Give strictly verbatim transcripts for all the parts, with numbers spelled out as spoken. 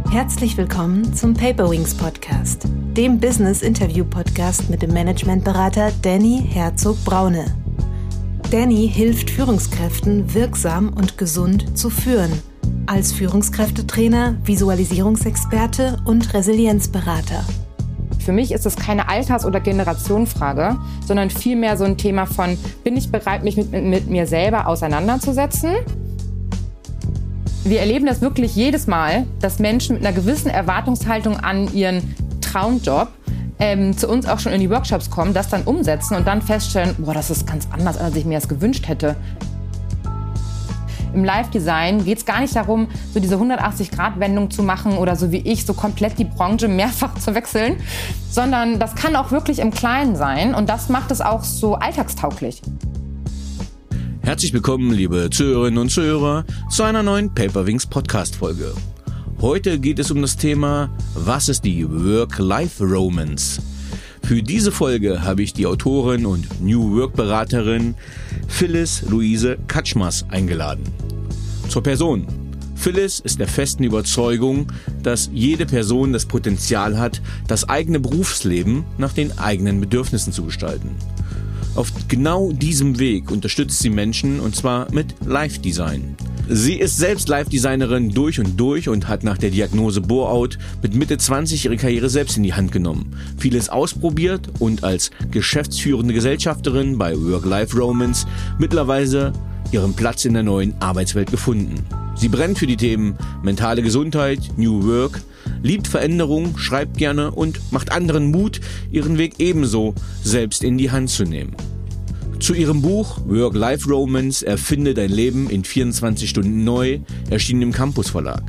Herzlich willkommen zum Paperwings Podcast, dem Business-Interview-Podcast mit dem Managementberater Danny Herzog-Braune. Danny hilft Führungskräften wirksam und gesund zu führen, als Führungskräftetrainer, Visualisierungsexperte und Resilienzberater. Für mich ist es keine Alters- oder Generationenfrage, sondern vielmehr so ein Thema von, bin ich bereit, mich mit, mit, mit mir selber auseinanderzusetzen? Wir erleben das wirklich jedes Mal, dass Menschen mit einer gewissen Erwartungshaltung an ihren Traumjob ähm, zu uns auch schon in die Workshops kommen, das dann umsetzen und dann feststellen, boah, das ist ganz anders, als ich mir das gewünscht hätte. Im Live-Design geht es gar nicht darum, so diese hundertachtzig-Grad-Wendung zu machen oder so wie ich, so komplett die Branche mehrfach zu wechseln, sondern das kann auch wirklich im Kleinen sein und das macht es auch so alltagstauglich. Herzlich willkommen, liebe Zuhörerinnen und Zuhörer, zu einer neuen Paperwings Podcast-Folge. Heute geht es um das Thema, was ist die Work-Life-Romance? Für diese Folge habe ich die Autorin und New Work-Beraterin Phyllis Luise Katschmas eingeladen. Zur Person. Phyllis ist der festen Überzeugung, dass jede Person das Potenzial hat, das eigene Berufsleben nach den eigenen Bedürfnissen zu gestalten. Auf genau diesem Weg unterstützt sie Menschen, und zwar mit Live-Design. Sie ist selbst Live-Designerin durch und durch und hat nach der Diagnose Bore-out mit Mitte zwanzig ihre Karriere selbst in die Hand genommen, vieles ausprobiert und als geschäftsführende Gesellschafterin bei Work-Life-Romance mittlerweile ihren Platz in der neuen Arbeitswelt gefunden. Sie brennt für die Themen mentale Gesundheit, New Work, liebt Veränderung, schreibt gerne und macht anderen Mut, ihren Weg ebenso selbst in die Hand zu nehmen. Zu ihrem Buch Work-Life-Romance Erfinde dein Leben in vierundzwanzig Stunden neu, erschienen im Campus Verlag.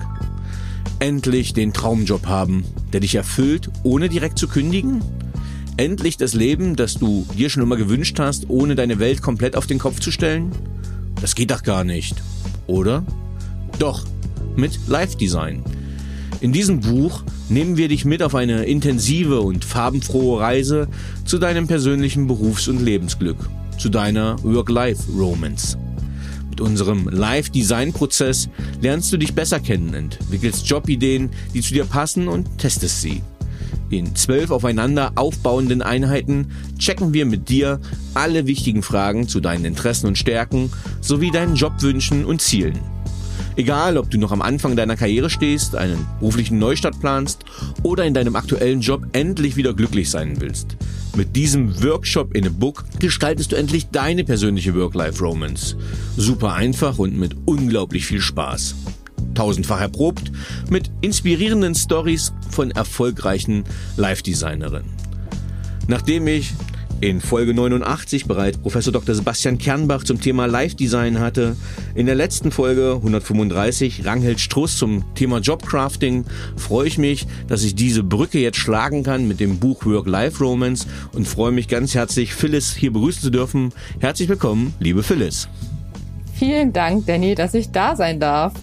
Endlich den Traumjob haben, der dich erfüllt, ohne direkt zu kündigen? Endlich das Leben, das du dir schon immer gewünscht hast, ohne deine Welt komplett auf den Kopf zu stellen? Das geht doch gar nicht, oder? Doch, mit Live-Design. In diesem Buch nehmen wir dich mit auf eine intensive und farbenfrohe Reise zu deinem persönlichen Berufs- und Lebensglück, zu deiner Work-Life-Romance. Mit unserem Live-Design-Prozess lernst du dich besser kennen, entwickelst Jobideen, die zu dir passen und testest sie. In zwölf aufeinander aufbauenden Einheiten checken wir mit dir alle wichtigen Fragen zu deinen Interessen und Stärken sowie deinen Jobwünschen und Zielen. Egal, ob du noch am Anfang deiner Karriere stehst, einen beruflichen Neustart planst oder in deinem aktuellen Job endlich wieder glücklich sein willst. Mit diesem Workshop in a Book gestaltest du endlich deine persönliche Work-Life-Romance. Super einfach und mit unglaublich viel Spaß. Tausendfach erprobt mit inspirierenden Stories von erfolgreichen Live-Designerinnen. Nachdem ich in Folge neunundachtzig bereits Professor Doktor Sebastian Kernbach zum Thema Live-Design hatte, in der letzten Folge hundertfünfunddreißig Ranghild Struss zum Thema Jobcrafting, freue ich mich, dass ich diese Brücke jetzt schlagen kann mit dem Buch Work-Life-Romance und freue mich ganz herzlich, Phyllis hier begrüßen zu dürfen. Herzlich willkommen, liebe Phyllis. Vielen Dank, Danny, dass ich da sein darf.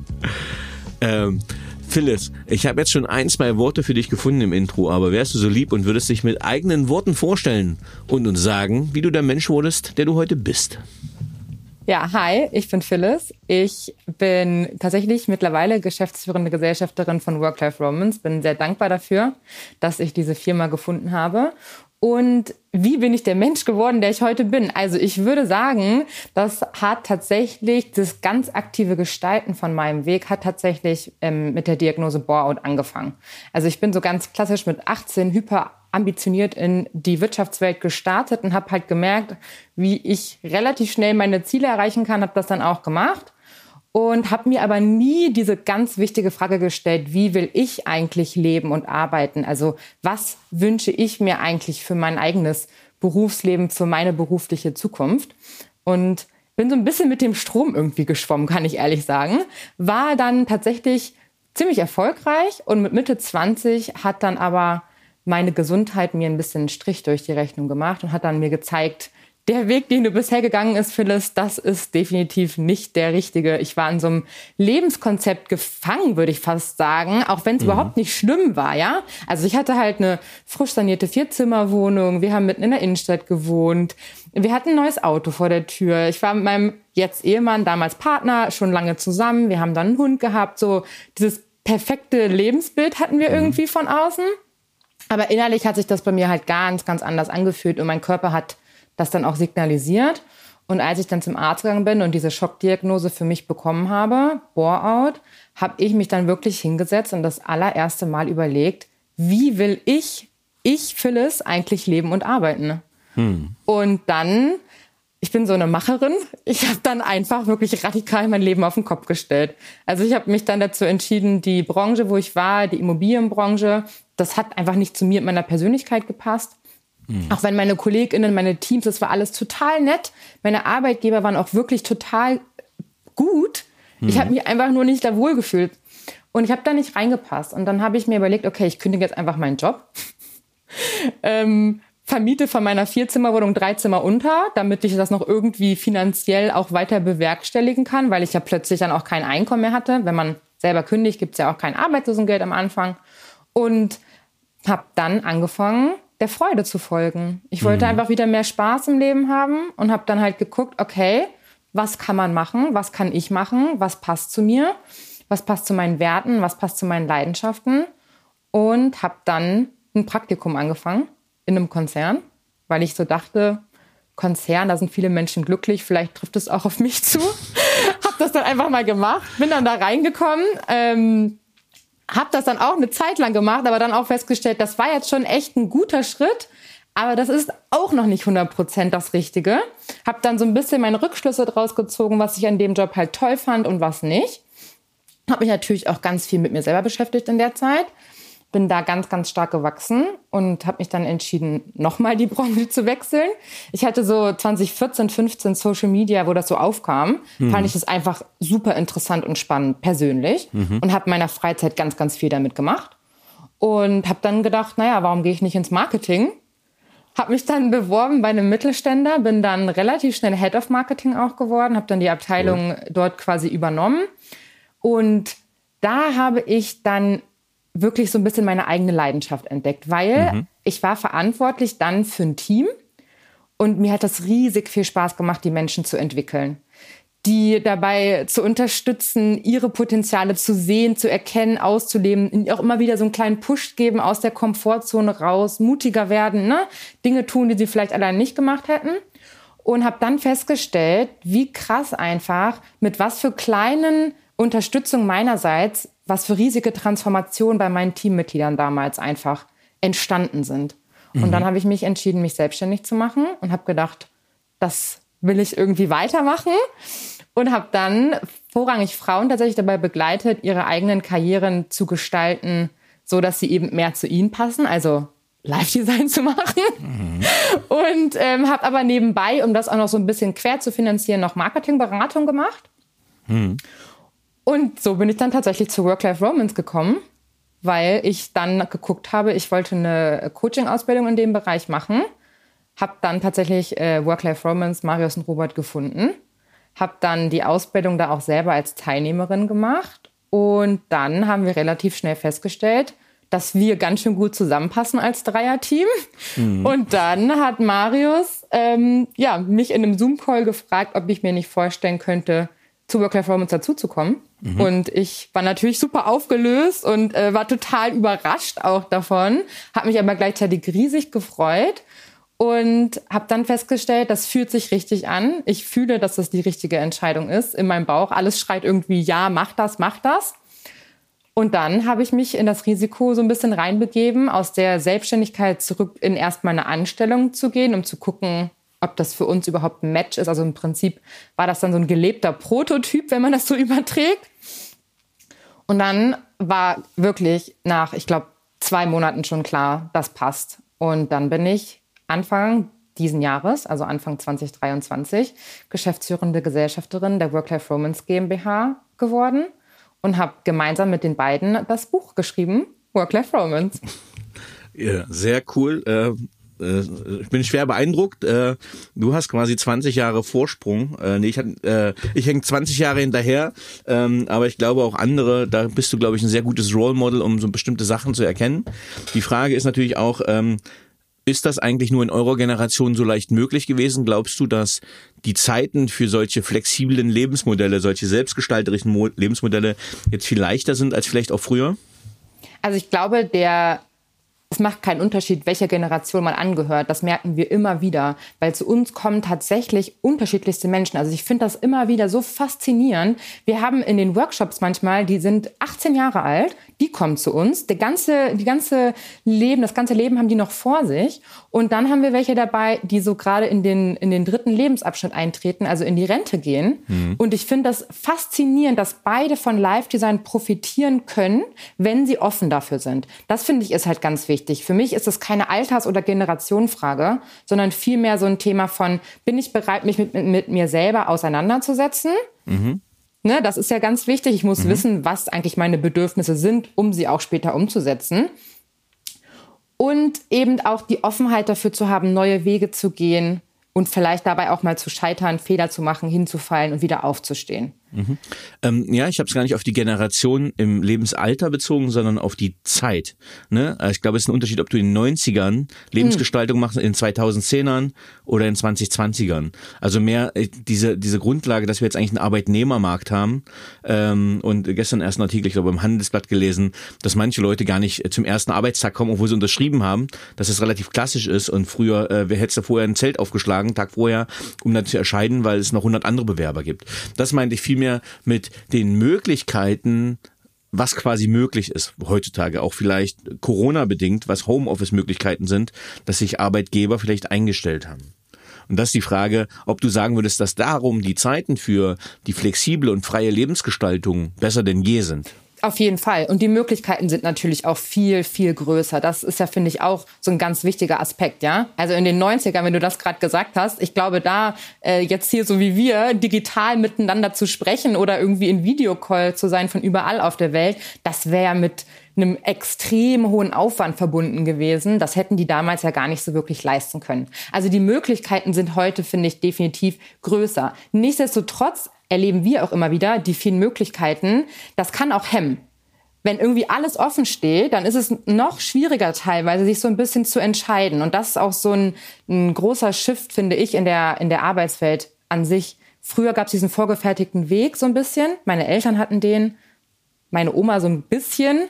Ähm, Phyllis, ich habe jetzt schon ein, zwei Worte für dich gefunden im Intro, aber wärst du so lieb und würdest dich mit eigenen Worten vorstellen und uns sagen, wie du der Mensch wurdest, der du heute bist? Ja, hi, ich bin Phyllis. Ich bin tatsächlich mittlerweile geschäftsführende Gesellschafterin von Work-Life-Romance. Bin sehr dankbar dafür, dass ich diese Firma gefunden habe. Und wie bin ich der Mensch geworden, der ich heute bin? Also ich würde sagen, das hat tatsächlich, das ganz aktive Gestalten von meinem Weg hat tatsächlich ähm, mit der Diagnose Bore-out angefangen. Also ich bin so ganz klassisch mit achtzehn hyper ambitioniert in die Wirtschaftswelt gestartet und habe halt gemerkt, wie ich relativ schnell meine Ziele erreichen kann, habe das dann auch gemacht. Und habe mir aber nie diese ganz wichtige Frage gestellt, wie will ich eigentlich leben und arbeiten? Also was wünsche ich mir eigentlich für mein eigenes Berufsleben, für meine berufliche Zukunft? Und bin so ein bisschen mit dem Strom irgendwie geschwommen, kann ich ehrlich sagen. War dann tatsächlich ziemlich erfolgreich und mit Mitte zwanzig hat dann aber meine Gesundheit mir ein bisschen einen Strich durch die Rechnung gemacht und hat dann mir gezeigt, der Weg, den du bisher gegangen bist, Phyllis, das ist definitiv nicht der richtige. Ich war in so einem Lebenskonzept gefangen, würde ich fast sagen, auch wenn es mhm. überhaupt nicht schlimm war, ja. Also ich hatte halt eine frisch sanierte Vierzimmerwohnung, wir haben mitten in der Innenstadt gewohnt, wir hatten ein neues Auto vor der Tür, ich war mit meinem jetzt Ehemann, damals Partner, schon lange zusammen, wir haben dann einen Hund gehabt, so dieses perfekte Lebensbild hatten wir irgendwie von außen. Aber innerlich hat sich das bei mir halt ganz, ganz anders angefühlt und mein Körper hat das dann auch signalisiert. Und als ich dann zum Arzt gegangen bin und diese Schockdiagnose für mich bekommen habe, Bore-out, habe ich mich dann wirklich hingesetzt und das allererste Mal überlegt, wie will ich, ich Phyllis, eigentlich leben und arbeiten? Hm. Und dann, ich bin so eine Macherin, ich habe dann einfach wirklich radikal mein Leben auf den Kopf gestellt. Also ich habe mich dann dazu entschieden, die Branche, wo ich war, die Immobilienbranche, das hat einfach nicht zu mir und meiner Persönlichkeit gepasst. Mhm. Auch wenn meine KollegInnen, meine Teams, das war alles total nett. Meine Arbeitgeber waren auch wirklich total gut. Mhm. Ich habe mich einfach nur nicht da wohlgefühlt. Und ich habe da nicht reingepasst. Und dann habe ich mir überlegt, okay, ich kündige jetzt einfach meinen Job. ähm, vermiete von meiner Vierzimmerwohnung drei Zimmer unter, damit ich das noch irgendwie finanziell auch weiter bewerkstelligen kann, weil ich ja plötzlich dann auch kein Einkommen mehr hatte. Wenn man selber kündigt, gibt es ja auch kein Arbeitslosengeld am Anfang. Und habe dann angefangen, der Freude zu folgen. Ich wollte mhm. einfach wieder mehr Spaß im Leben haben und habe dann halt geguckt, okay, was kann man machen, was kann ich machen, was passt zu mir, was passt zu meinen Werten, was passt zu meinen Leidenschaften und habe dann ein Praktikum angefangen in einem Konzern, weil ich so dachte, Konzern, da sind viele Menschen glücklich, vielleicht trifft es auch auf mich zu. Habe das dann einfach mal gemacht, bin dann da reingekommen, ähm, habe das dann auch eine Zeit lang gemacht, aber dann auch festgestellt, das war jetzt schon echt ein guter Schritt, aber das ist auch noch nicht hundert Prozent das Richtige. Habe dann so ein bisschen meine Rückschlüsse draus gezogen, was ich an dem Job halt toll fand und was nicht. Habe mich natürlich auch ganz viel mit mir selber beschäftigt in der Zeit. Bin da ganz, ganz stark gewachsen und habe mich dann entschieden, nochmal die Branche zu wechseln. Ich hatte so zwanzig vierzehn, fünfzehn Social Media, wo das so aufkam, mhm. fand ich das einfach super interessant und spannend persönlich mhm. und habe in meiner Freizeit ganz, ganz viel damit gemacht. Und habe dann gedacht, naja, warum gehe ich nicht ins Marketing? Habe mich dann beworben bei einem Mittelständler, bin dann relativ schnell Head of Marketing auch geworden, habe dann die Abteilung cool. dort quasi übernommen. Und da habe ich dann wirklich so ein bisschen meine eigene Leidenschaft entdeckt, weil mhm. ich war verantwortlich dann für ein Team und mir hat das riesig viel Spaß gemacht, die Menschen zu entwickeln, die dabei zu unterstützen, ihre Potenziale zu sehen, zu erkennen, auszuleben, ihnen auch immer wieder so einen kleinen Push geben, aus der Komfortzone raus, mutiger werden, ne? Dinge tun, die sie vielleicht allein nicht gemacht hätten. Und habe dann festgestellt, wie krass einfach, mit was für kleinen Unterstützung meinerseits, was für riesige Transformationen bei meinen Teammitgliedern damals einfach entstanden sind. Mhm. Und dann habe ich mich entschieden, mich selbstständig zu machen und habe gedacht, das will ich irgendwie weitermachen und habe dann vorrangig Frauen tatsächlich dabei begleitet, ihre eigenen Karrieren zu gestalten, so dass sie eben mehr zu ihnen passen, also Live-Design zu machen. Mhm. Und ähm, habe aber nebenbei, um das auch noch so ein bisschen quer zu finanzieren, noch Marketingberatung gemacht. Mhm. Und so bin ich dann tatsächlich zu Work-Life-Romance gekommen, weil ich dann geguckt habe, ich wollte eine Coaching-Ausbildung in dem Bereich machen, habe dann tatsächlich äh, Work-Life-Romance, Marius und Robert gefunden, habe dann die Ausbildung da auch selber als Teilnehmerin gemacht und dann haben wir relativ schnell festgestellt, dass wir ganz schön gut zusammenpassen als Dreierteam. Mhm. Und dann hat Marius ähm, ja, mich in einem Zoom-Call gefragt, ob ich mir nicht vorstellen könnte, zu Work-Life-Romance dazuzukommen. Mhm. Und ich war natürlich super aufgelöst und äh, war total überrascht auch davon, habe mich aber gleichzeitig riesig gefreut und habe dann festgestellt, das fühlt sich richtig an. Ich fühle, dass das die richtige Entscheidung ist in meinem Bauch. Alles schreit irgendwie, ja, mach das, mach das. Und dann habe ich mich in das Risiko so ein bisschen reinbegeben, aus der Selbstständigkeit zurück in erstmal eine Anstellung zu gehen, um zu gucken, ob das für uns überhaupt ein Match ist. Also im Prinzip war das dann so ein gelebter Prototyp, wenn man das so überträgt. Und dann war wirklich nach, ich glaube, zwei Monaten schon klar, das passt. Und dann bin ich Anfang diesen Jahres, also Anfang zwanzig dreiundzwanzig, geschäftsführende Gesellschafterin der Work-Life-Romance GmbH geworden und habe gemeinsam mit den beiden das Buch geschrieben, Work-Life-Romance. Ja, sehr cool. Äh Ich bin schwer beeindruckt. Du hast quasi zwanzig Jahre Vorsprung. Nee, ich, ich hänge zwanzig Jahre hinterher, aber ich glaube auch andere, da bist du, glaube ich, ein sehr gutes Role Model, um so bestimmte Sachen zu erkennen. Die Frage ist natürlich auch, Ist das eigentlich nur in eurer Generation so leicht möglich gewesen? Glaubst du, dass die Zeiten für solche flexiblen Lebensmodelle, solche selbstgestalterischen Mo- Lebensmodelle jetzt viel leichter sind als vielleicht auch früher? Also ich glaube, der es macht keinen Unterschied, welcher Generation man angehört. Das merken wir immer wieder, weil zu uns kommen tatsächlich unterschiedlichste Menschen. Also ich finde das immer wieder so faszinierend. Wir haben in den Workshops manchmal, die sind achtzehn Jahre alt, die kommen zu uns. Der ganze, die ganze Leben, das ganze Leben haben die noch vor sich. Und dann haben wir welche dabei, die so gerade in den, in den dritten Lebensabschnitt eintreten, also in die Rente gehen. Mhm. Und ich finde das faszinierend, dass beide von Live Design profitieren können, wenn sie offen dafür sind. Das finde ich ist halt ganz wichtig. Für mich ist es keine Alters- oder Generationenfrage, sondern vielmehr so ein Thema von, bin ich bereit, mich mit, mit, mit mir selber auseinanderzusetzen? Mhm. Ne, das ist ja ganz wichtig. Ich muss mhm. wissen, was eigentlich meine Bedürfnisse sind, um sie auch später umzusetzen. Und eben auch die Offenheit dafür zu haben, neue Wege zu gehen und vielleicht dabei auch mal zu scheitern, Fehler zu machen, hinzufallen und wieder aufzustehen. Mhm. Ähm, ja, ich habe es gar nicht auf die Generation im Lebensalter bezogen, sondern auf die Zeit. Ne? Ich glaube, es ist ein Unterschied, ob du in den neunzigern Lebensgestaltung mhm. machst, in den zweitausendzehnern oder in zwanzig zwanzigern. Also mehr diese diese Grundlage, dass wir jetzt eigentlich einen Arbeitnehmermarkt haben. Ähm, und gestern erst einen Artikel, ich glaube, im Handelsblatt gelesen, dass manche Leute gar nicht zum ersten Arbeitstag kommen, obwohl sie unterschrieben haben, dass es relativ klassisch ist. Und früher, äh, wer hätte vorher ein Zelt aufgeschlagen, einen Tag vorher, um dann zu erscheinen, weil es noch hundert andere Bewerber gibt. Das meinte ich viel mehr mit den Möglichkeiten, was quasi möglich ist heutzutage, auch vielleicht Corona-bedingt, was Homeoffice-Möglichkeiten sind, dass sich Arbeitgeber vielleicht eingestellt haben. Und das ist die Frage, ob du sagen würdest, dass darum die Zeiten für die flexible und freie Lebensgestaltung besser denn je sind. Auf jeden Fall. Und die Möglichkeiten sind natürlich auch viel, viel größer. Das ist ja, finde ich, auch so ein ganz wichtiger Aspekt, ja. Also in den neunzigern, wenn du das gerade gesagt hast, ich glaube, da äh, jetzt hier so wie wir digital miteinander zu sprechen oder irgendwie in Videocall zu sein von überall auf der Welt, das wäre mit einem extrem hohen Aufwand verbunden gewesen. Das hätten die damals ja gar nicht so wirklich leisten können. Also die Möglichkeiten sind heute, finde ich, definitiv größer. Nichtsdestotrotz erleben wir auch immer wieder die vielen Möglichkeiten. Das kann auch hemmen. Wenn irgendwie alles offen steht, dann ist es noch schwieriger teilweise, sich so ein bisschen zu entscheiden. Und das ist auch so ein, ein großer Shift, finde ich, in der, in der Arbeitswelt an sich. Früher gab es diesen vorgefertigten Weg so ein bisschen. Meine Eltern hatten den, meine Oma so ein bisschen.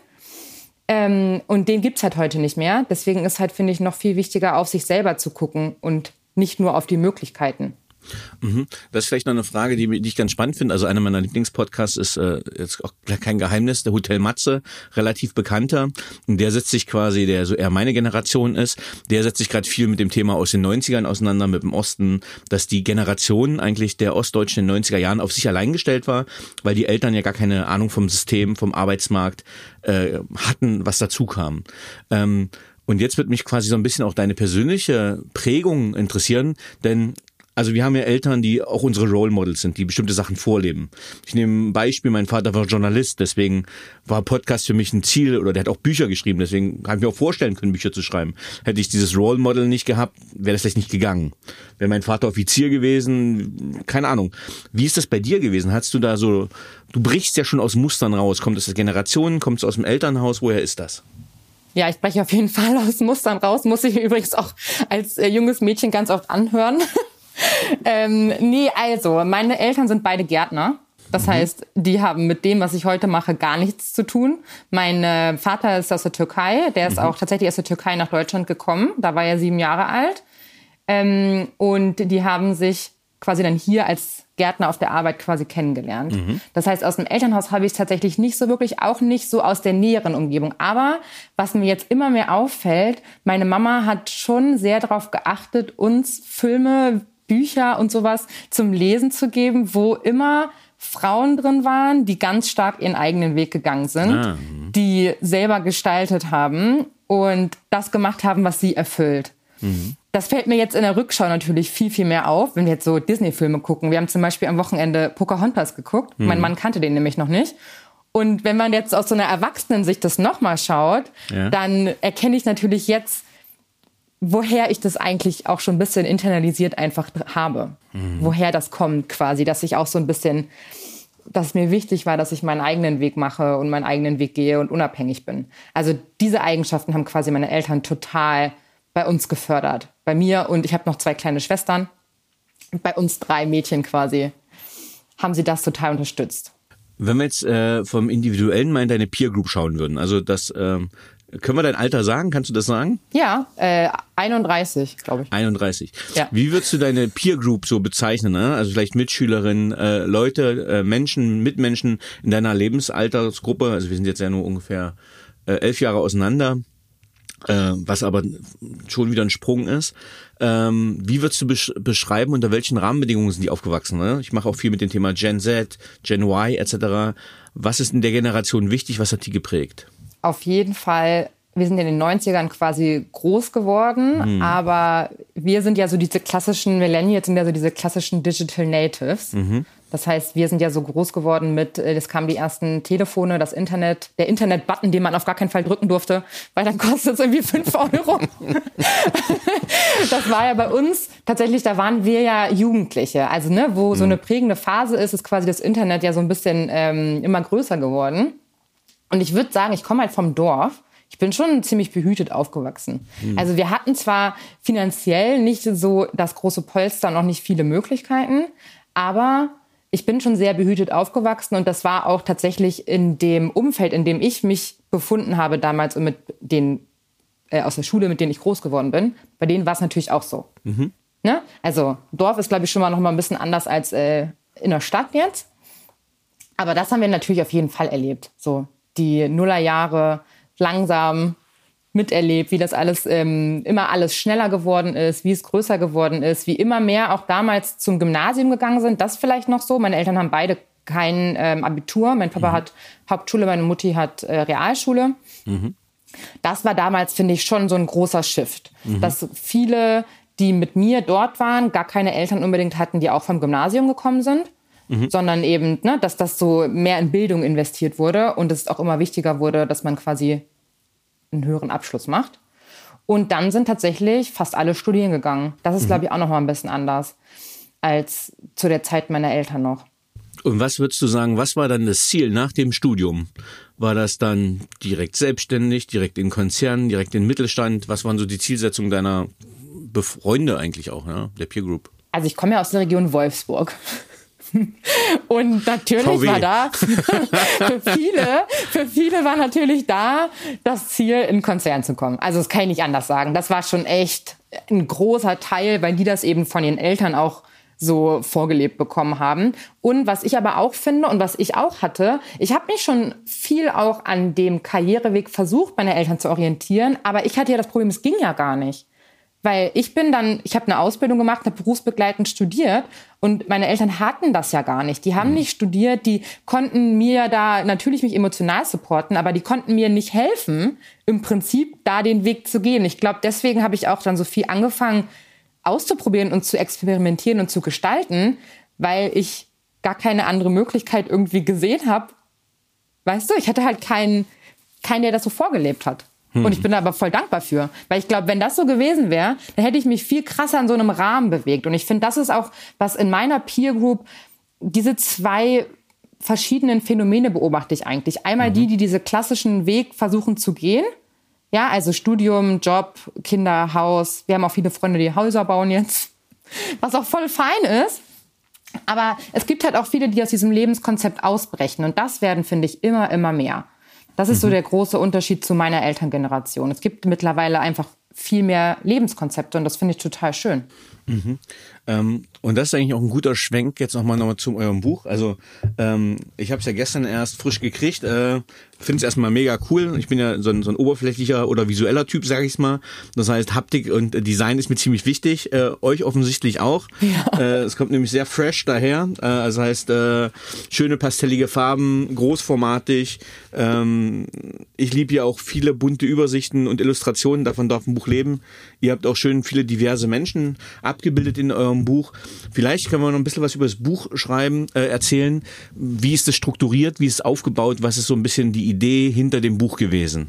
Ähm, und den gibt's halt heute nicht mehr. Deswegen ist halt, finde ich, noch viel wichtiger, auf sich selber zu gucken und nicht nur auf die Möglichkeiten. Mhm. Das ist vielleicht noch eine Frage, die, die ich ganz spannend finde. Also einer meiner Lieblingspodcasts ist äh, jetzt auch kein Geheimnis, der Hotel Matze, relativ bekannter. Und der setzt sich quasi, der so eher meine Generation ist, der setzt sich gerade viel mit dem Thema aus den neunzigern auseinander, mit dem Osten, dass die Generation eigentlich der Ostdeutschen in den neunziger Jahren auf sich allein gestellt war, weil die Eltern ja gar keine Ahnung vom System, vom Arbeitsmarkt äh, hatten, was dazu kam. Ähm, und jetzt wird mich quasi so ein bisschen auch deine persönliche Prägung interessieren, denn also wir haben ja Eltern, die auch unsere Role Models sind, die bestimmte Sachen vorleben. Ich nehme ein Beispiel, mein Vater war Journalist, deswegen war Podcast für mich ein Ziel, oder der hat auch Bücher geschrieben, deswegen habe ich mir auch vorstellen können, Bücher zu schreiben. Hätte ich dieses Role Model nicht gehabt, wäre das vielleicht nicht gegangen. Wäre mein Vater Offizier gewesen, keine Ahnung. Wie ist das bei dir gewesen? Hast du da so, du brichst ja schon aus Mustern raus. Kommt es aus Generationen, kommt es aus dem Elternhaus, woher ist das? Ja, ich breche auf jeden Fall aus Mustern raus, muss ich übrigens auch als äh, junges Mädchen ganz oft anhören. ähm, nee, also, meine Eltern sind beide Gärtner. Das mhm. heißt, die haben mit dem, was ich heute mache, gar nichts zu tun. Mein äh, Vater ist aus der Türkei. Der ist mhm. auch tatsächlich aus der Türkei nach Deutschland gekommen. Da war er sieben Jahre alt. Ähm, und die haben sich quasi dann hier als Gärtner auf der Arbeit quasi kennengelernt. Mhm. Das heißt, aus dem Elternhaus habe ich es tatsächlich nicht so wirklich, auch nicht so aus der näheren Umgebung. Aber was mir jetzt immer mehr auffällt, meine Mama hat schon sehr darauf geachtet, uns Filme, Bücher und sowas zum Lesen zu geben, wo immer Frauen drin waren, die ganz stark ihren eigenen Weg gegangen sind, ah, die selber gestaltet haben und das gemacht haben, was sie erfüllt. Mhm. Das fällt mir jetzt in der Rückschau natürlich viel, viel mehr auf, wenn wir jetzt so Disney-Filme gucken. Wir haben zum Beispiel am Wochenende Pocahontas geguckt. Mhm. Mein Mann kannte den nämlich noch nicht. Und wenn man jetzt aus so einer Erwachsenensicht das nochmal schaut, ja. dann erkenne ich natürlich jetzt, woher ich das eigentlich auch schon ein bisschen internalisiert einfach habe. Mhm. Woher das kommt quasi, dass ich auch so ein bisschen, dass es mir wichtig war, dass ich meinen eigenen Weg mache und meinen eigenen Weg gehe und unabhängig bin. Also diese Eigenschaften haben quasi meine Eltern total bei uns gefördert. Bei mir und ich habe noch zwei kleine Schwestern. Bei uns drei Mädchen quasi haben sie das total unterstützt. Wenn wir jetzt äh, vom Individuellen mal in deine Peer Group schauen würden, also das, ähm, können wir dein Alter sagen? Kannst du das sagen? Ja, äh, einunddreißig, glaube ich. einunddreißig. Ja. Wie würdest du deine Peer Group so bezeichnen? Ne? Also vielleicht Mitschülerinnen, äh, Leute, äh, Menschen, Mitmenschen in deiner Lebensaltersgruppe. Also wir sind jetzt ja nur ungefähr äh, elf Jahre auseinander, äh, was aber schon wieder ein Sprung ist. Ähm, wie würdest du besch- beschreiben, unter welchen Rahmenbedingungen sind die aufgewachsen? Ne? Ich mache auch viel mit dem Thema Gen Z, Gen Y et cetera. Was ist in der Generation wichtig? Was hat die geprägt? Auf jeden Fall, wir sind in den neunzigern quasi groß geworden, hm. aber wir sind ja so diese klassischen Millennials, sind ja so diese klassischen Digital Natives. Mhm. Das heißt, wir sind ja so groß geworden mit, es kamen die ersten Telefone, das Internet, der Internet-Button, den man auf gar keinen Fall drücken durfte, weil dann kostet es irgendwie fünf Euro. Das war ja bei uns tatsächlich, da waren wir ja Jugendliche. Also ne, wo so eine prägende Phase ist, ist quasi das Internet ja so ein bisschen ähm, immer größer geworden. Und ich würde sagen, ich komme halt vom Dorf. Ich bin schon ziemlich behütet aufgewachsen. Mhm. Also wir hatten zwar finanziell nicht so das große Polster und auch nicht viele Möglichkeiten, aber ich bin schon sehr behütet aufgewachsen und das war auch tatsächlich in dem Umfeld, in dem ich mich befunden habe damals und mit den äh, aus der Schule, mit denen ich groß geworden bin, bei denen war es natürlich auch so. Mhm. Ne? Also Dorf ist, glaube ich, schon mal noch mal ein bisschen anders als äh, in der Stadt jetzt. Aber das haben wir natürlich auf jeden Fall erlebt. So die Nullerjahre langsam miterlebt, wie das alles ähm, immer alles schneller geworden ist, wie es größer geworden ist, wie immer mehr auch damals zum Gymnasium gegangen sind. Das vielleicht noch so. Meine Eltern haben beide kein ähm, Abitur. Mein Papa mhm. hat Hauptschule, meine Mutti hat äh, Realschule. Mhm. Das war damals, finde ich, schon so ein großer Shift. Mhm. Dass viele, die mit mir dort waren, gar keine Eltern unbedingt hatten, die auch vom Gymnasium gekommen sind. Mhm. Sondern eben, ne, dass das so mehr in Bildung investiert wurde und es auch immer wichtiger wurde, dass man quasi einen höheren Abschluss macht. Und dann sind tatsächlich fast alle studieren gegangen. Das ist, mhm. glaube ich, auch noch mal ein bisschen anders als zu der Zeit meiner Eltern noch. Und was würdest du sagen, was war dann das Ziel nach dem Studium? War das dann direkt selbstständig, direkt in Konzernen, direkt in Mittelstand? Was waren so die Zielsetzungen deiner Freunde eigentlich auch, ja, der Peer Group? Also ich komme ja aus der Region Wolfsburg. Und natürlich V W. War da für viele, für viele war natürlich da das Ziel, in einen Konzern zu kommen. Also das kann ich nicht anders sagen. Das war schon echt ein großer Teil, weil die das eben von ihren Eltern auch so vorgelebt bekommen haben. Und was ich aber auch finde und was ich auch hatte, ich habe mich schon viel auch an dem Karriereweg versucht, meine Eltern zu orientieren. Aber ich hatte ja das Problem, es ging ja gar nicht. Weil ich bin dann, ich habe eine Ausbildung gemacht, habe berufsbegleitend studiert und meine Eltern hatten das ja gar nicht. Die haben mhm. nicht studiert, die konnten mir da natürlich mich emotional supporten, aber die konnten mir nicht helfen, im Prinzip da den Weg zu gehen. Ich glaube, deswegen habe ich auch dann so viel angefangen auszuprobieren und zu experimentieren und zu gestalten, weil ich gar keine andere Möglichkeit irgendwie gesehen habe. Weißt du, ich hatte halt keinen, keinen, der das so vorgelebt hat. Und ich bin da aber voll dankbar für. Weil ich glaube, wenn das so gewesen wäre, dann hätte ich mich viel krasser in so einem Rahmen bewegt. Und ich finde, das ist auch, was in meiner Peer Group, diese zwei verschiedenen Phänomene beobachte ich eigentlich. Einmal mhm. die, die diese klassischen Weg versuchen zu gehen. Ja, also Studium, Job, Kinder, Haus. Wir haben auch viele Freunde, die Häuser bauen jetzt. Was auch voll fein ist. Aber es gibt halt auch viele, die aus diesem Lebenskonzept ausbrechen. Und das werden, finde ich, immer, immer mehr. Das ist so der große Unterschied zu meiner Elterngeneration. Es gibt mittlerweile einfach viel mehr Lebenskonzepte und das finde ich total schön. Mhm. Ähm, und das ist eigentlich auch ein guter Schwenk jetzt nochmal noch mal zu eurem Buch. Also ähm, ich habe es ja gestern erst frisch gekriegt. Äh, Finde es erstmal mega cool. Ich bin ja so ein, so ein oberflächlicher oder visueller Typ, sage ich mal. Das heißt, Haptik und Design ist mir ziemlich wichtig. Äh, euch offensichtlich auch. Ja. Äh, es kommt nämlich sehr fresh daher. Äh, das heißt, äh, schöne pastellige Farben, großformatig. Ähm, ich liebe ja auch viele bunte Übersichten und Illustrationen. Davon darf ein Buch leben. Ihr habt auch schön viele diverse Menschen abgebildet in eurem Buch. Vielleicht können wir noch ein bisschen was über das Buch schreiben, äh, erzählen. Wie ist es strukturiert? Wie ist es aufgebaut? Was ist so ein bisschen die Idee hinter dem Buch gewesen?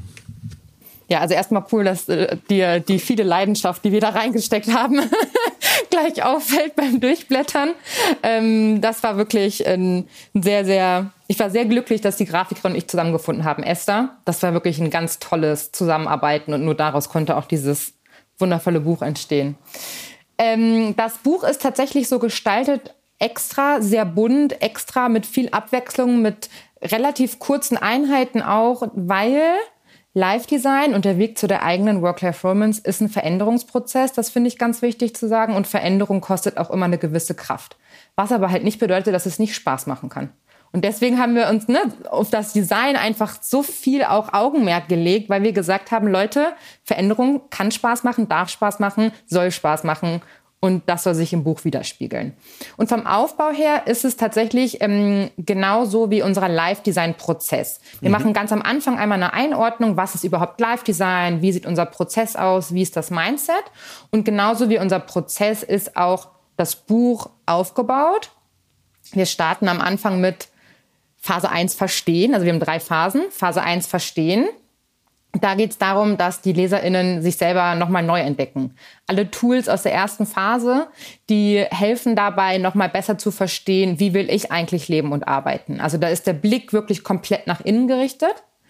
Ja, also erstmal cool, dass äh, dir die viele Leidenschaft, die wir da reingesteckt haben, gleich auffällt beim Durchblättern. Ähm, das war wirklich ein sehr, sehr, ich war sehr glücklich, dass die Grafikerin und ich zusammengefunden haben, Esther. Das war wirklich ein ganz tolles Zusammenarbeiten und nur daraus konnte auch dieses wundervolle Buch entstehen. Ähm, das Buch ist tatsächlich so gestaltet, extra sehr bunt, extra mit viel Abwechslung, mit relativ kurzen Einheiten auch, weil Live-Design und der Weg zu der eigenen Work-Life-Romance ist ein Veränderungsprozess, das finde ich ganz wichtig zu sagen. Und Veränderung kostet auch immer eine gewisse Kraft. Was aber halt nicht bedeutet, dass es nicht Spaß machen kann. Und deswegen haben wir uns ne, auf das Design einfach so viel auch Augenmerk gelegt, weil wir gesagt haben, Leute, Veränderung kann Spaß machen, darf Spaß machen, soll Spaß machen. Und das soll sich im Buch widerspiegeln. Und vom Aufbau her ist es tatsächlich ähm, genauso wie unser Live-Design-Prozess. Wir mhm. machen ganz am Anfang einmal eine Einordnung, was ist überhaupt Live-Design, wie sieht unser Prozess aus, wie ist das Mindset. Und genauso wie unser Prozess ist auch das Buch aufgebaut. Wir starten am Anfang mit Phase eins Verstehen. Also wir haben drei Phasen. Phase eins Verstehen. Da geht es darum, dass die LeserInnen sich selber nochmal neu entdecken. Alle Tools aus der ersten Phase, die helfen dabei, nochmal besser zu verstehen, wie will ich eigentlich leben und arbeiten. Also da ist der Blick wirklich komplett nach innen gerichtet.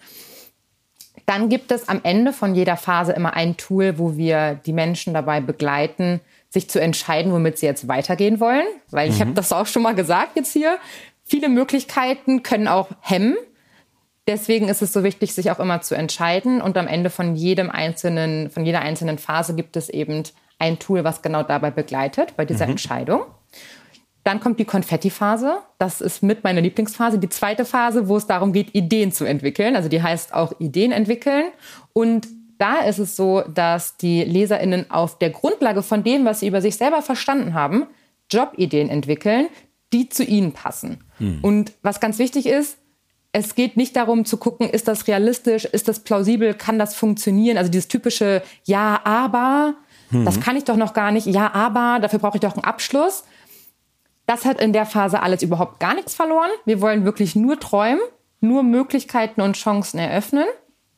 Dann gibt es am Ende von jeder Phase immer ein Tool, wo wir die Menschen dabei begleiten, sich zu entscheiden, womit sie jetzt weitergehen wollen. Weil ich mhm. habe das auch schon mal gesagt jetzt hier. Viele Möglichkeiten können auch hemmen. Deswegen ist es so wichtig, sich auch immer zu entscheiden. Und am Ende von jedem einzelnen, von jeder einzelnen Phase gibt es eben ein Tool, was genau dabei begleitet, bei dieser mhm. Entscheidung. Dann kommt die Konfetti-Phase. Das ist mit meiner Lieblingsphase. Die zweite Phase, wo es darum geht, Ideen zu entwickeln. Also die heißt auch Ideen entwickeln. Und da ist es so, dass die LeserInnen auf der Grundlage von dem, was sie über sich selber verstanden haben, Jobideen entwickeln, die zu ihnen passen. Mhm. Und was ganz wichtig ist, es geht nicht darum zu gucken, ist das realistisch, ist das plausibel, kann das funktionieren? Also dieses typische Ja, aber, mhm. das kann ich doch noch gar nicht. Ja, aber, dafür brauche ich doch einen Abschluss. Das hat in der Phase alles überhaupt gar nichts verloren. Wir wollen wirklich nur träumen, nur Möglichkeiten und Chancen eröffnen.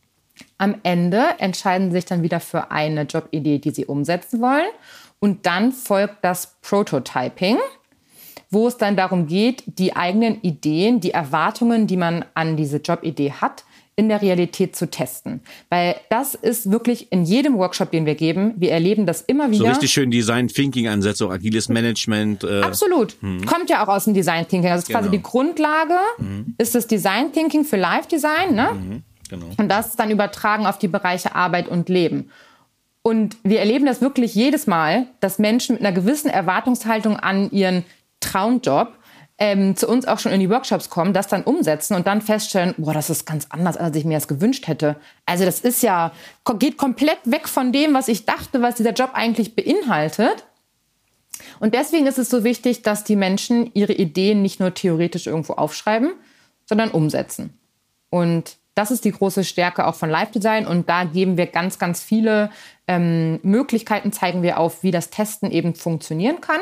Am Ende entscheiden sie sich dann wieder für eine Jobidee, die sie umsetzen wollen. Und dann folgt das Prototyping, wo es dann darum geht, die eigenen Ideen, die Erwartungen, die man an diese Jobidee hat, in der Realität zu testen. Weil das ist wirklich in jedem Workshop, den wir geben, wir erleben das immer wieder. So richtig schön Design-Thinking-Ansätze, auch agiles Management. Äh, Absolut. Hm. Kommt ja auch aus dem Design-Thinking. Also genau. quasi die Grundlage mhm. ist das Design-Thinking für Live-Design. Ne? Mhm. Genau. Und das ist dann übertragen auf die Bereiche Arbeit und Leben. Und wir erleben das wirklich jedes Mal, dass Menschen mit einer gewissen Erwartungshaltung an ihren Traumjob ähm, zu uns auch schon in die Workshops kommen, das dann umsetzen und dann feststellen, boah, das ist ganz anders, als ich mir das gewünscht hätte. Also das ist ja, geht komplett weg von dem, was ich dachte, was dieser Job eigentlich beinhaltet. Und deswegen ist es so wichtig, dass die Menschen ihre Ideen nicht nur theoretisch irgendwo aufschreiben, sondern umsetzen. Und das ist die große Stärke auch von Live-Design. Und da geben wir ganz, ganz viele ähm, Möglichkeiten, zeigen wir auf, wie das Testen eben funktionieren kann.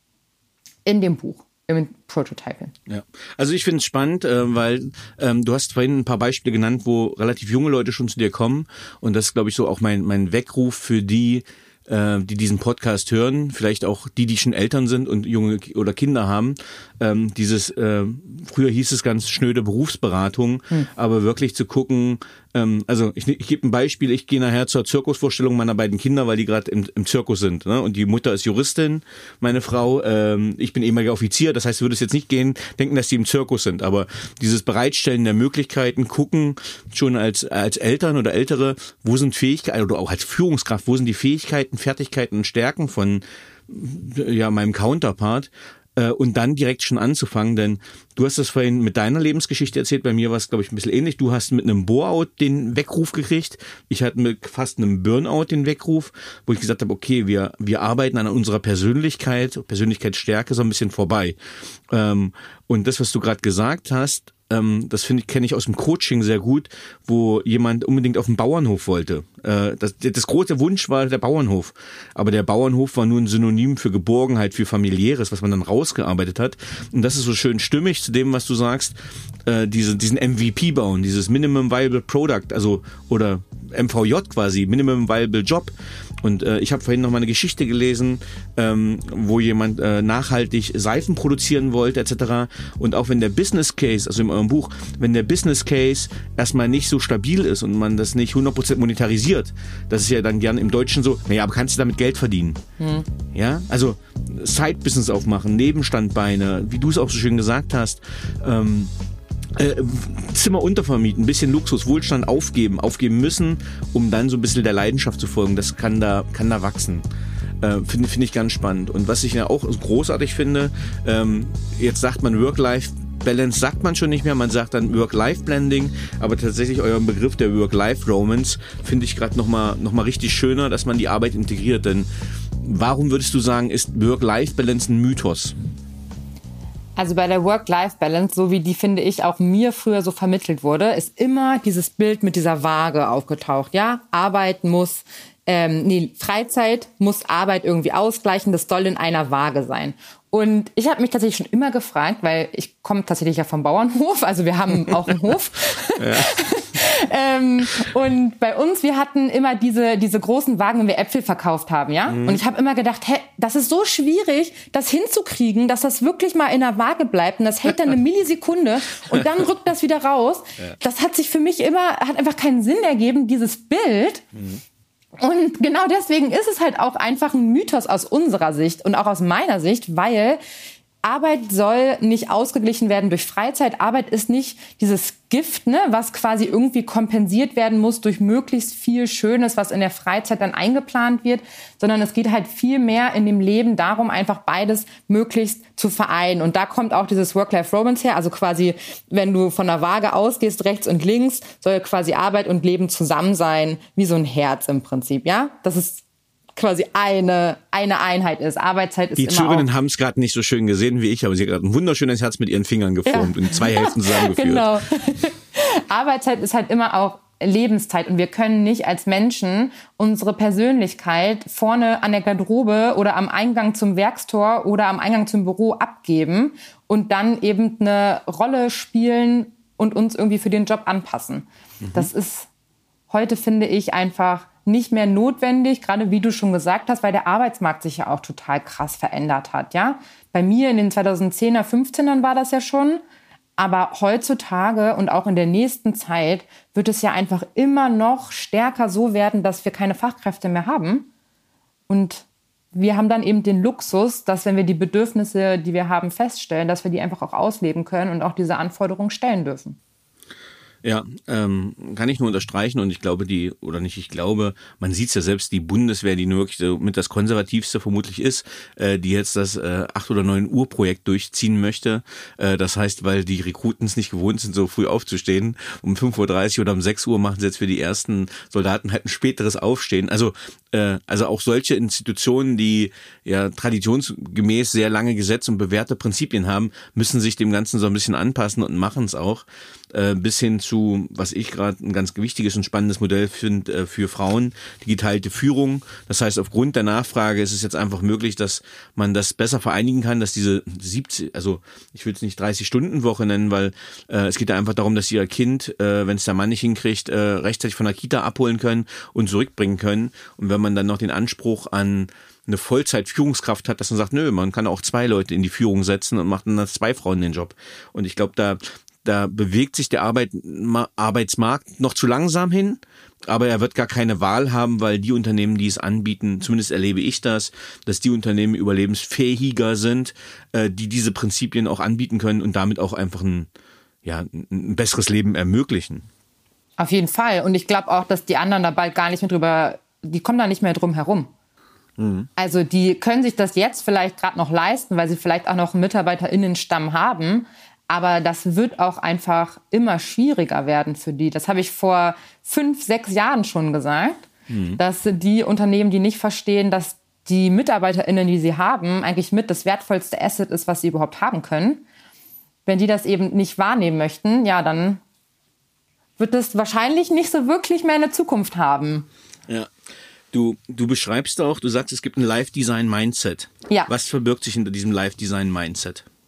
In dem Buch, im Prototyping. Ja, also ich finde es spannend, äh, weil ähm, du hast vorhin ein paar Beispiele genannt, wo relativ junge Leute schon zu dir kommen. Und das ist, glaube ich, so auch mein, mein Weckruf für die, äh, die diesen Podcast hören, vielleicht auch die, die schon Eltern sind und junge oder Kinder haben. Ähm, dieses, äh, früher hieß es ganz schnöde Berufsberatung, hm. aber wirklich zu gucken, ähm, also ich, ich gebe ein Beispiel, ich gehe nachher zur Zirkusvorstellung meiner beiden Kinder, weil die gerade im, im Zirkus sind, ne? Und die Mutter ist Juristin, meine Frau, ähm, ich bin ehemaliger Offizier, das heißt, würde es jetzt nicht gehen, denken, dass die im Zirkus sind, aber dieses Bereitstellen der Möglichkeiten, gucken schon als als Eltern oder Ältere, wo sind Fähigkeiten oder auch als Führungskraft, wo sind die Fähigkeiten, Fertigkeiten und Stärken von ja meinem Counterpart, und dann direkt schon anzufangen, denn du hast das vorhin mit deiner Lebensgeschichte erzählt, bei mir war es, glaube ich, ein bisschen ähnlich. Du hast mit einem Bore-out den Weckruf gekriegt, ich hatte mit fast einem Burnout den Weckruf, wo ich gesagt habe, okay, wir wir arbeiten an unserer Persönlichkeit, Persönlichkeitsstärke so ein bisschen vorbei. Und das, was du gerade gesagt hast, das finde ich, kenne ich aus dem Coaching sehr gut, wo jemand unbedingt auf den Bauernhof wollte. Das, das große Wunsch war der Bauernhof. Aber der Bauernhof war nur ein Synonym für Geborgenheit, für Familiäres, was man dann rausgearbeitet hat. Und das ist so schön stimmig mich zu dem, was du sagst, äh, diese, diesen M V P bauen, dieses Minimum Viable Product, also oder M V J quasi, Minimum Viable Job. Und äh, ich habe vorhin noch mal eine Geschichte gelesen, ähm, wo jemand äh, nachhaltig Seifen produzieren wollte et cetera. Und auch wenn der Business Case, also in eurem Buch, wenn der Business Case erstmal nicht so stabil ist und man das nicht hundert Prozent monetarisiert, das ist ja dann gern im Deutschen so, naja, aber kannst du damit Geld verdienen? Hm. Ja, also Side-Business aufmachen, Nebenstandbeine, wie du es auch so schön gesagt hast, ähm, Äh, Zimmer untervermieten, ein bisschen Luxus, Wohlstand aufgeben, aufgeben müssen, um dann so ein bisschen der Leidenschaft zu folgen. Das kann da, kann da wachsen. Äh, Finde find ich ganz spannend. Und was ich ja auch großartig finde, ähm, jetzt sagt man Work-Life-Balance, sagt man schon nicht mehr, man sagt dann Work-Life-Blending, aber tatsächlich euren Begriff der Work-Life-Romance finde ich gerade nochmal noch mal richtig schöner, dass man die Arbeit integriert. Denn warum würdest du sagen, ist Work-Life-Balance ein Mythos? Also bei der Work-Life-Balance, so wie die, finde ich, auch mir früher so vermittelt wurde, ist immer dieses Bild mit dieser Waage aufgetaucht. Ja, Arbeit muss, ähm, nee, Freizeit muss Arbeit irgendwie ausgleichen, das soll in einer Waage sein. Und ich habe mich tatsächlich schon immer gefragt, weil ich komme tatsächlich ja vom Bauernhof, also wir haben auch einen Hof. Ja. ähm, und bei uns, wir hatten immer diese diese großen Wagen, wenn wir Äpfel verkauft haben, ja. Mhm. Und ich habe immer gedacht, hä, das ist so schwierig, das hinzukriegen, dass das wirklich mal in der Waage bleibt. Und das hält dann eine Millisekunde und dann rückt das wieder raus. Ja. Das hat sich für mich immer, hat einfach keinen Sinn ergeben, dieses Bild. Mhm. Und genau deswegen ist es halt auch einfach ein Mythos aus unserer Sicht und auch aus meiner Sicht, weil Arbeit soll nicht ausgeglichen werden durch Freizeit. Arbeit ist nicht dieses Gift, ne, was quasi irgendwie kompensiert werden muss durch möglichst viel Schönes, was in der Freizeit dann eingeplant wird, sondern es geht halt viel mehr in dem Leben darum, einfach beides möglichst zu vereinen. Und da kommt auch dieses Work-Life-Romance her. Also quasi, wenn du von der Waage ausgehst, rechts und links, soll quasi Arbeit und Leben zusammen sein, wie so ein Herz im Prinzip, ja? Das ist quasi eine eine Einheit ist. Arbeitszeit ist die immer Zuhörerinnen haben es gerade nicht so schön gesehen wie ich, aber sie hat gerade ein wunderschönes Herz mit ihren Fingern geformt ja. und zwei Hälften zusammengeführt. Genau. Arbeitszeit ist halt immer auch Lebenszeit und wir können nicht als Menschen unsere Persönlichkeit vorne an der Garderobe oder am Eingang zum Werkstor oder am Eingang zum Büro abgeben und dann eben eine Rolle spielen und uns irgendwie für den Job anpassen. Mhm. Das ist heute, finde ich, einfach nicht mehr notwendig, gerade wie du schon gesagt hast, weil der Arbeitsmarkt sich ja auch total krass verändert hat, ja. Bei mir in den zweitausendzehner, fünfzehnern war das ja schon, aber heutzutage und auch in der nächsten Zeit wird es ja einfach immer noch stärker so werden, dass wir keine Fachkräfte mehr haben. Und wir haben dann eben den Luxus, dass wenn wir die Bedürfnisse, die wir haben, feststellen, dass wir die einfach auch ausleben können und auch diese Anforderungen stellen dürfen. Ja, ähm, kann ich nur unterstreichen und ich glaube, die, oder nicht, ich glaube, man sieht es ja selbst, die Bundeswehr, die nur wirklich so mit das konservativste vermutlich ist, äh, die jetzt das äh, acht oder neun Uhr Projekt durchziehen möchte. Äh, das heißt, weil die Rekruten es nicht gewohnt sind, so früh aufzustehen, um fünf Uhr dreißig oder um sechs Uhr machen sie jetzt für die ersten Soldaten halt ein späteres Aufstehen. Also, äh, also auch solche Institutionen, die ja traditionsgemäß sehr lange Gesetze und bewährte Prinzipien haben, müssen sich dem Ganzen so ein bisschen anpassen und machen es auch. Äh, bis hin zu, was ich gerade ein ganz wichtiges und spannendes Modell finde, äh, für Frauen, die geteilte Führung. Das heißt, aufgrund der Nachfrage ist es jetzt einfach möglich, dass man das besser vereinigen kann, dass diese siebzig, also ich will es nicht dreißig-Stunden-Woche nennen, weil äh, es geht ja einfach darum, dass sie ihr Kind, äh, wenn es der Mann nicht hinkriegt, äh, rechtzeitig von der Kita abholen können und zurückbringen können. Und wenn man dann noch den Anspruch an eine Vollzeit-Führungskraft hat, dass man sagt, nö, man kann auch zwei Leute in die Führung setzen und macht dann als zwei Frauen den Job. Und ich glaube, da Da bewegt sich der Arbeit, Arbeitsmarkt noch zu langsam hin, aber er wird gar keine Wahl haben, weil die Unternehmen, die es anbieten, zumindest erlebe ich das, dass die Unternehmen überlebensfähiger sind, die diese Prinzipien auch anbieten können und damit auch einfach ein, ja, ein besseres Leben ermöglichen. Auf jeden Fall. Und ich glaube auch, dass die anderen da bald gar nicht mehr drüber, die kommen da nicht mehr drum herum. Mhm. Also die können sich das jetzt vielleicht gerade noch leisten, weil sie vielleicht auch noch einen MitarbeiterInnenstamm haben. Aber das wird auch einfach immer schwieriger werden für die. Das habe ich vor fünf, sechs Jahren schon gesagt, mhm. dass die Unternehmen, die nicht verstehen, dass die MitarbeiterInnen, die sie haben, eigentlich mit das wertvollste Asset ist, was sie überhaupt haben können. Wenn die das eben nicht wahrnehmen möchten, ja, dann wird das wahrscheinlich nicht so wirklich mehr eine Zukunft haben. Ja. Du, du beschreibst auch, du sagst, es gibt ein Life-Design-Mindset. Ja. Was verbirgt sich hinter diesem Life-Design-Mindset?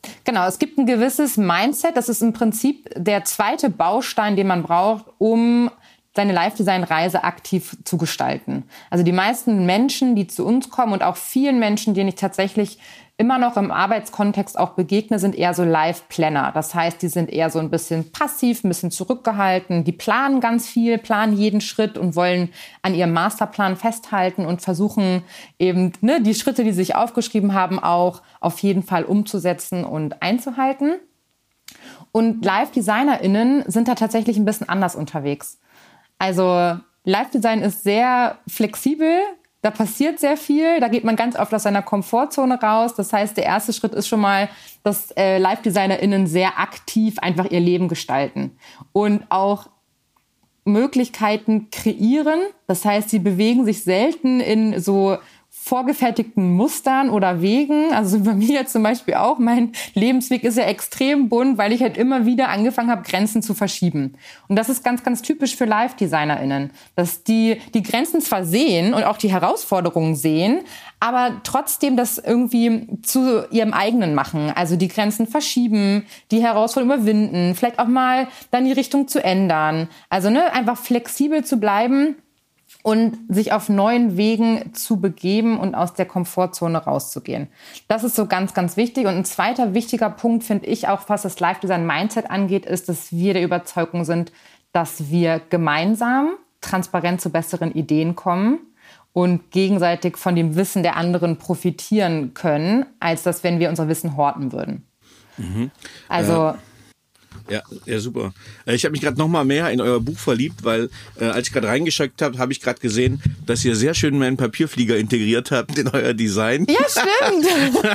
Genau, es gibt ein gewisses Mindset. Das ist im Prinzip der zweite Baustein, den man braucht, um seine Live-Design-Reise aktiv zu gestalten. Also die meisten Menschen, die zu uns kommen und auch vielen Menschen, denen ich tatsächlich immer noch im Arbeitskontext auch begegne, sind eher so Live-Planner. Das heißt, die sind eher so ein bisschen passiv, ein bisschen zurückgehalten. Die planen ganz viel, planen jeden Schritt und wollen an ihrem Masterplan festhalten und versuchen eben ne, die Schritte, die sie sich aufgeschrieben haben, auch auf jeden Fall umzusetzen und einzuhalten. Und Live-DesignerInnen sind da tatsächlich ein bisschen anders unterwegs. Also Live-Design ist sehr flexibel. Da passiert sehr viel, da geht man ganz oft aus seiner Komfortzone raus. Das heißt, der erste Schritt ist schon mal, dass äh, Live-DesignerInnen sehr aktiv einfach ihr Leben gestalten und auch Möglichkeiten kreieren. Das heißt, sie bewegen sich selten in so vorgefertigten Mustern oder Wegen. Also bei mir jetzt zum Beispiel auch, mein Lebensweg ist ja extrem bunt, weil ich halt immer wieder angefangen habe, Grenzen zu verschieben. Und das ist ganz, ganz typisch für Live-DesignerInnen, dass die die Grenzen zwar sehen und auch die Herausforderungen sehen, aber trotzdem das irgendwie zu ihrem eigenen machen. Also die Grenzen verschieben, die Herausforderungen überwinden, vielleicht auch mal dann die Richtung zu ändern. Also ne, einfach flexibel zu bleiben und sich auf neuen Wegen zu begeben und aus der Komfortzone rauszugehen. Das ist so ganz, ganz wichtig. Und ein zweiter wichtiger Punkt, finde ich auch, was das Live-Design-Mindset angeht, ist, dass wir der Überzeugung sind, dass wir gemeinsam transparent zu besseren Ideen kommen und gegenseitig von dem Wissen der anderen profitieren können, als dass, wenn wir unser Wissen horten würden. Mhm. Also... Äh Ja, ja, super. Ich habe mich gerade noch mal mehr in euer Buch verliebt, weil äh, als ich gerade reingeschickt habe, habe ich gerade gesehen, dass ihr sehr schön meinen Papierflieger integriert habt in euer Design. Ja, stimmt.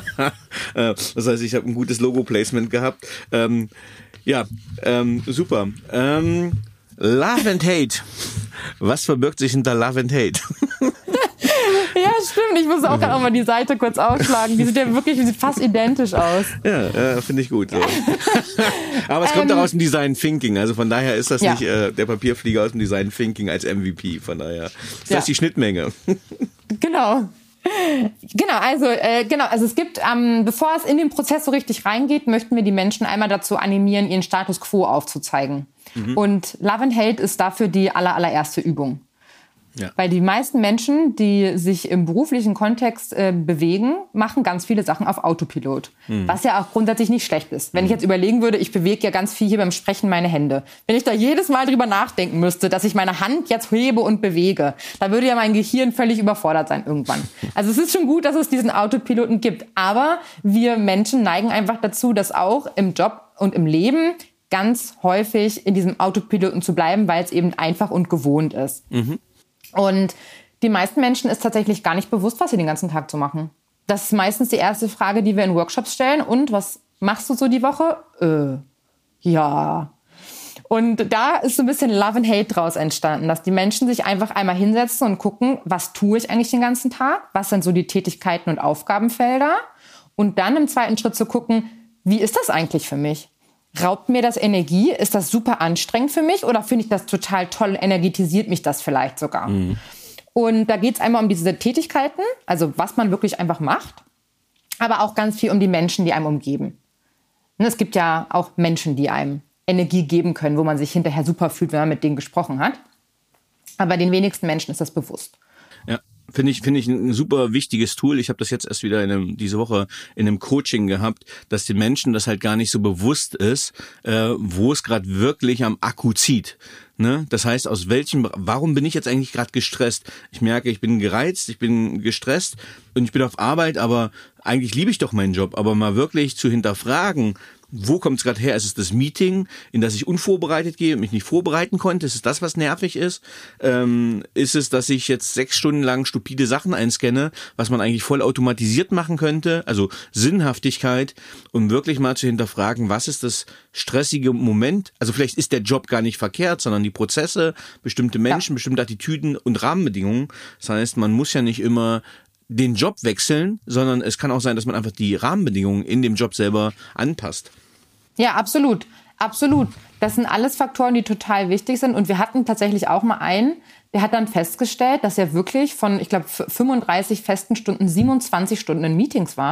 Das heißt, ich habe ein gutes Logo-Placement gehabt. Ähm, ja, ähm, super. Ähm, Love and Hate. Was verbirgt sich hinter Love and Hate? Ja, stimmt. Ich muss auch gerade auch mal die Seite kurz aufschlagen. Die sieht ja wirklich sieht fast identisch aus. Ja, äh, finde ich gut. So. Aber es kommt ähm, auch aus dem Design Thinking. Also von daher ist das ja. nicht äh, der Papierflieger aus dem Design Thinking als M V P. Von daher ist ja. das die Schnittmenge. Genau. Genau, also äh, genau, also es gibt, ähm, bevor es in den Prozess so richtig reingeht, möchten wir die Menschen einmal dazu animieren, ihren Status Quo aufzuzeigen. Mhm. Und Love and Hate ist dafür die aller, allererste Übung. Ja. Weil die meisten Menschen, die sich im beruflichen Kontext äh, bewegen, machen ganz viele Sachen auf Autopilot. Mhm. Was ja auch grundsätzlich nicht schlecht ist. Wenn mhm. ich jetzt überlegen würde, ich bewege ja ganz viel hier beim Sprechen meine Hände. Wenn ich da jedes Mal drüber nachdenken müsste, dass ich meine Hand jetzt hebe und bewege, da würde ja mein Gehirn völlig überfordert sein irgendwann. Also es ist schon gut, dass es diesen Autopiloten gibt. Aber wir Menschen neigen einfach dazu, dass auch im Job und im Leben ganz häufig in diesem Autopiloten zu bleiben, weil es eben einfach und gewohnt ist. Mhm. Und die meisten Menschen ist tatsächlich gar nicht bewusst, was sie den ganzen Tag so machen. Das ist meistens die erste Frage, die wir in Workshops stellen. Und was machst du so die Woche? Äh, ja. Und da ist so ein bisschen Love and Hate draus entstanden, dass die Menschen sich einfach einmal hinsetzen und gucken, was tue ich eigentlich den ganzen Tag? Was sind so die Tätigkeiten und Aufgabenfelder? Und dann im zweiten Schritt zu gucken, wie ist das eigentlich für mich? Raubt mir das Energie? Ist das super anstrengend für mich? Oder finde ich das total toll? Energetisiert mich das vielleicht sogar? Mhm. Und da geht es einmal um diese Tätigkeiten, also was man wirklich einfach macht, aber auch ganz viel um die Menschen, die einem umgeben. Und es gibt ja auch Menschen, die einem Energie geben können, wo man sich hinterher super fühlt, wenn man mit denen gesprochen hat. Aber den wenigsten Menschen ist das bewusst. Ja. Finde ich, finde ich ein super wichtiges Tool. Ich habe das jetzt erst wieder in einem, diese Woche in einem Coaching gehabt, dass den Menschen das halt gar nicht so bewusst ist, äh, wo es gerade wirklich am Akku zieht. Ne? Das heißt, aus welchem, warum bin ich jetzt eigentlich gerade gestresst? Ich merke, ich bin gereizt, ich bin gestresst und ich bin auf Arbeit, aber eigentlich liebe ich doch meinen Job. Aber mal wirklich zu hinterfragen, wo kommt es gerade her? Ist es das Meeting, in das ich unvorbereitet gehe und mich nicht vorbereiten konnte? Ist es das, was nervig ist? Ähm, ist es, dass ich jetzt sechs Stunden lang stupide Sachen einscanne, was man eigentlich voll automatisiert machen könnte? Also Sinnhaftigkeit, um wirklich mal zu hinterfragen, was ist das stressige Moment? Also vielleicht ist der Job gar nicht verkehrt, sondern die Prozesse, bestimmte Menschen, ja. bestimmte Attitüden und Rahmenbedingungen. Das heißt, man muss ja nicht immer den Job wechseln, sondern es kann auch sein, dass man einfach die Rahmenbedingungen in dem Job selber anpasst. Ja, absolut. Absolut. Das sind alles Faktoren, die total wichtig sind. Und wir hatten tatsächlich auch mal einen, der hat dann festgestellt, dass er wirklich von, ich glaube, fünfunddreißig festen Stunden, siebenundzwanzig Stunden in Meetings war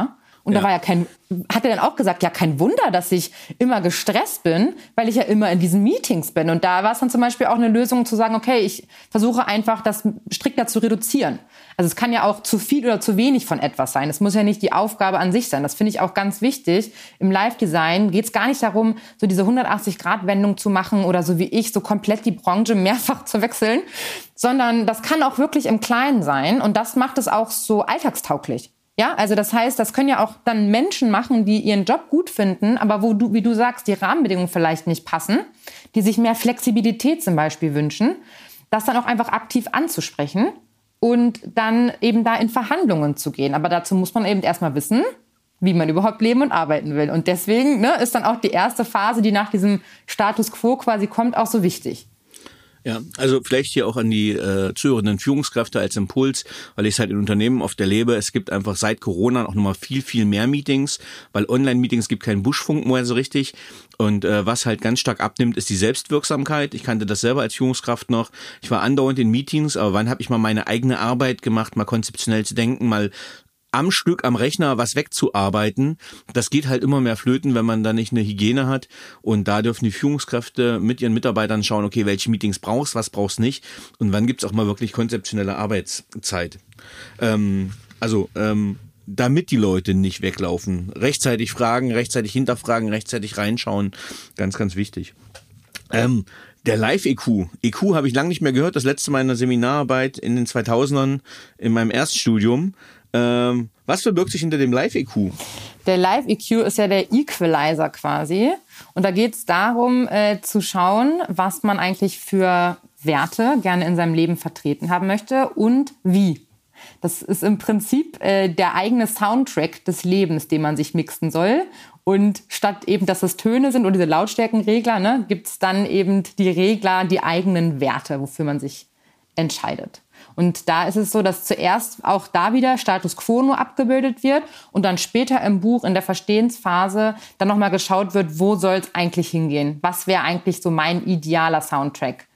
Und ja. da war ja kein, hat er dann auch gesagt, ja, kein Wunder, dass ich immer gestresst bin, weil ich ja immer in diesen Meetings bin. Und da war es dann zum Beispiel auch eine Lösung zu sagen, okay, ich versuche einfach, das strikter zu reduzieren. Also es kann ja auch zu viel oder zu wenig von etwas sein. Es muss ja nicht die Aufgabe an sich sein. Das finde ich auch ganz wichtig. Im Live-Design geht es gar nicht darum, so diese hundertachtzig-Grad-Wendung zu machen oder so wie ich, so komplett die Branche mehrfach zu wechseln, sondern das kann auch wirklich im Kleinen sein. Und das macht es auch so alltagstauglich. Ja, also das heißt, das können ja auch dann Menschen machen, die ihren Job gut finden, aber wo du, wie du sagst, die Rahmenbedingungen vielleicht nicht passen, die sich mehr Flexibilität zum Beispiel wünschen, das dann auch einfach aktiv anzusprechen und dann eben da in Verhandlungen zu gehen. Aber dazu muss man eben erstmal wissen, wie man überhaupt leben und arbeiten will. Und deswegen ne, ist dann auch die erste Phase, die nach diesem Status quo quasi kommt, auch so wichtig. Ja, also vielleicht hier auch an die äh, zuhörenden Führungskräfte als Impuls, weil ich es halt in Unternehmen oft erlebe, es gibt einfach seit Corona auch nochmal viel, viel mehr Meetings, weil Online-Meetings gibt keinen Buschfunk mehr so richtig und äh, was halt ganz stark abnimmt, ist die Selbstwirksamkeit. Ich kannte das selber als Führungskraft noch. Ich war andauernd in Meetings, aber wann habe ich mal meine eigene Arbeit gemacht, mal konzeptionell zu denken, mal am Stück am Rechner was wegzuarbeiten, das geht halt immer mehr flöten, wenn man da nicht eine Hygiene hat. Und da dürfen die Führungskräfte mit ihren Mitarbeitern schauen, okay, welche Meetings brauchst, was brauchst nicht und wann gibt's auch mal wirklich konzeptionelle Arbeitszeit. Ähm, also ähm, damit die Leute nicht weglaufen. Rechtzeitig fragen, rechtzeitig hinterfragen, rechtzeitig reinschauen. Ganz, ganz wichtig. Ähm, Der Live-E Q. E Q habe ich lange nicht mehr gehört. Das letzte Mal in der Seminararbeit in den zweitausendern in meinem Erststudium. Ähm, was verbirgt sich hinter dem Live-E Q? Der Live-E Q ist ja der Equalizer quasi. Und da geht es darum, äh, zu schauen, was man eigentlich für Werte gerne in seinem Leben vertreten haben möchte und wie. Das ist im Prinzip äh, der eigene Soundtrack des Lebens, den man sich mixen soll. Und statt eben, dass es Töne sind und diese Lautstärkenregler, ne, gibt es dann eben die Regler, die eigenen Werte, wofür man sich entscheidet. Und da ist es so, dass zuerst auch da wieder Status Quo nur abgebildet wird und dann später im Buch in der Verstehensphase dann nochmal geschaut wird, wo soll es eigentlich hingehen? Was wäre eigentlich so mein idealer Soundtrack?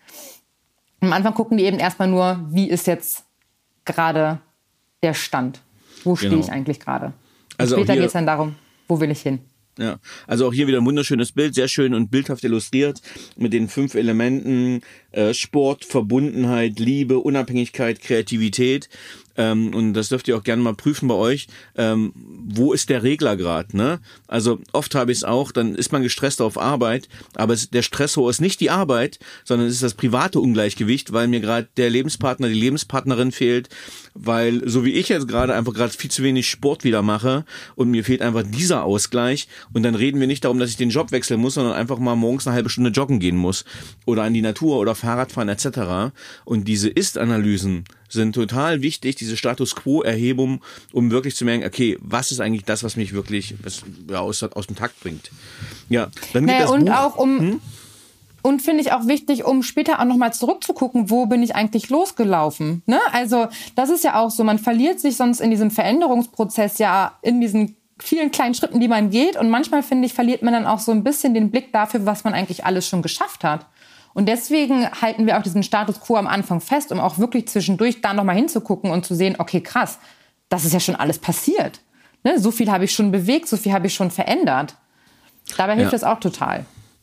Am Anfang gucken die eben erstmal nur, wie ist jetzt gerade der Stand? Wo stehe Genau. ich eigentlich gerade? Also später geht es dann darum, wo will ich hin? Ja, also auch hier wieder ein wunderschönes Bild, sehr schön und bildhaft illustriert mit den fünf Elementen äh, Sport, Verbundenheit, Liebe, Unabhängigkeit, Kreativität. Ähm, und das dürft ihr auch gerne mal prüfen bei euch. Ähm, wo ist der Reglergrad? Ne? Also oft habe ich es auch, dann ist man gestresst auf Arbeit, aber es, der Stressor ist nicht die Arbeit, sondern es ist das private Ungleichgewicht, weil mir gerade der Lebenspartner, die Lebenspartnerin fehlt, weil so wie ich jetzt gerade einfach gerade viel zu wenig Sport wieder mache und mir fehlt einfach dieser Ausgleich. Und dann reden wir nicht darum, dass ich den Job wechseln muss, sondern einfach mal morgens eine halbe Stunde joggen gehen muss oder an die Natur oder Fahrrad fahren et cetera. Und diese Ist-Analysen sind total wichtig, diese Status-Quo-Erhebung, um wirklich zu merken, okay, was ist eigentlich das, was mich wirklich was, ja, aus, aus dem Takt bringt. Ja, dann geht naja, das und Buch. auch um Hm? Und finde ich auch wichtig, um später auch nochmal zurückzugucken, wo bin ich eigentlich losgelaufen. Ne? Also das ist ja auch so, man verliert sich sonst in diesem Veränderungsprozess ja in diesen vielen kleinen Schritten, die man geht. Und manchmal, finde ich, verliert man dann auch so ein bisschen den Blick dafür, was man eigentlich alles schon geschafft hat. Und deswegen halten wir auch diesen Status quo am Anfang fest, um auch wirklich zwischendurch da nochmal hinzugucken und zu sehen, okay, krass, das ist ja schon alles passiert. Ne? So viel habe ich schon bewegt, so viel habe ich schon verändert. Dabei hilft Ja. das auch total.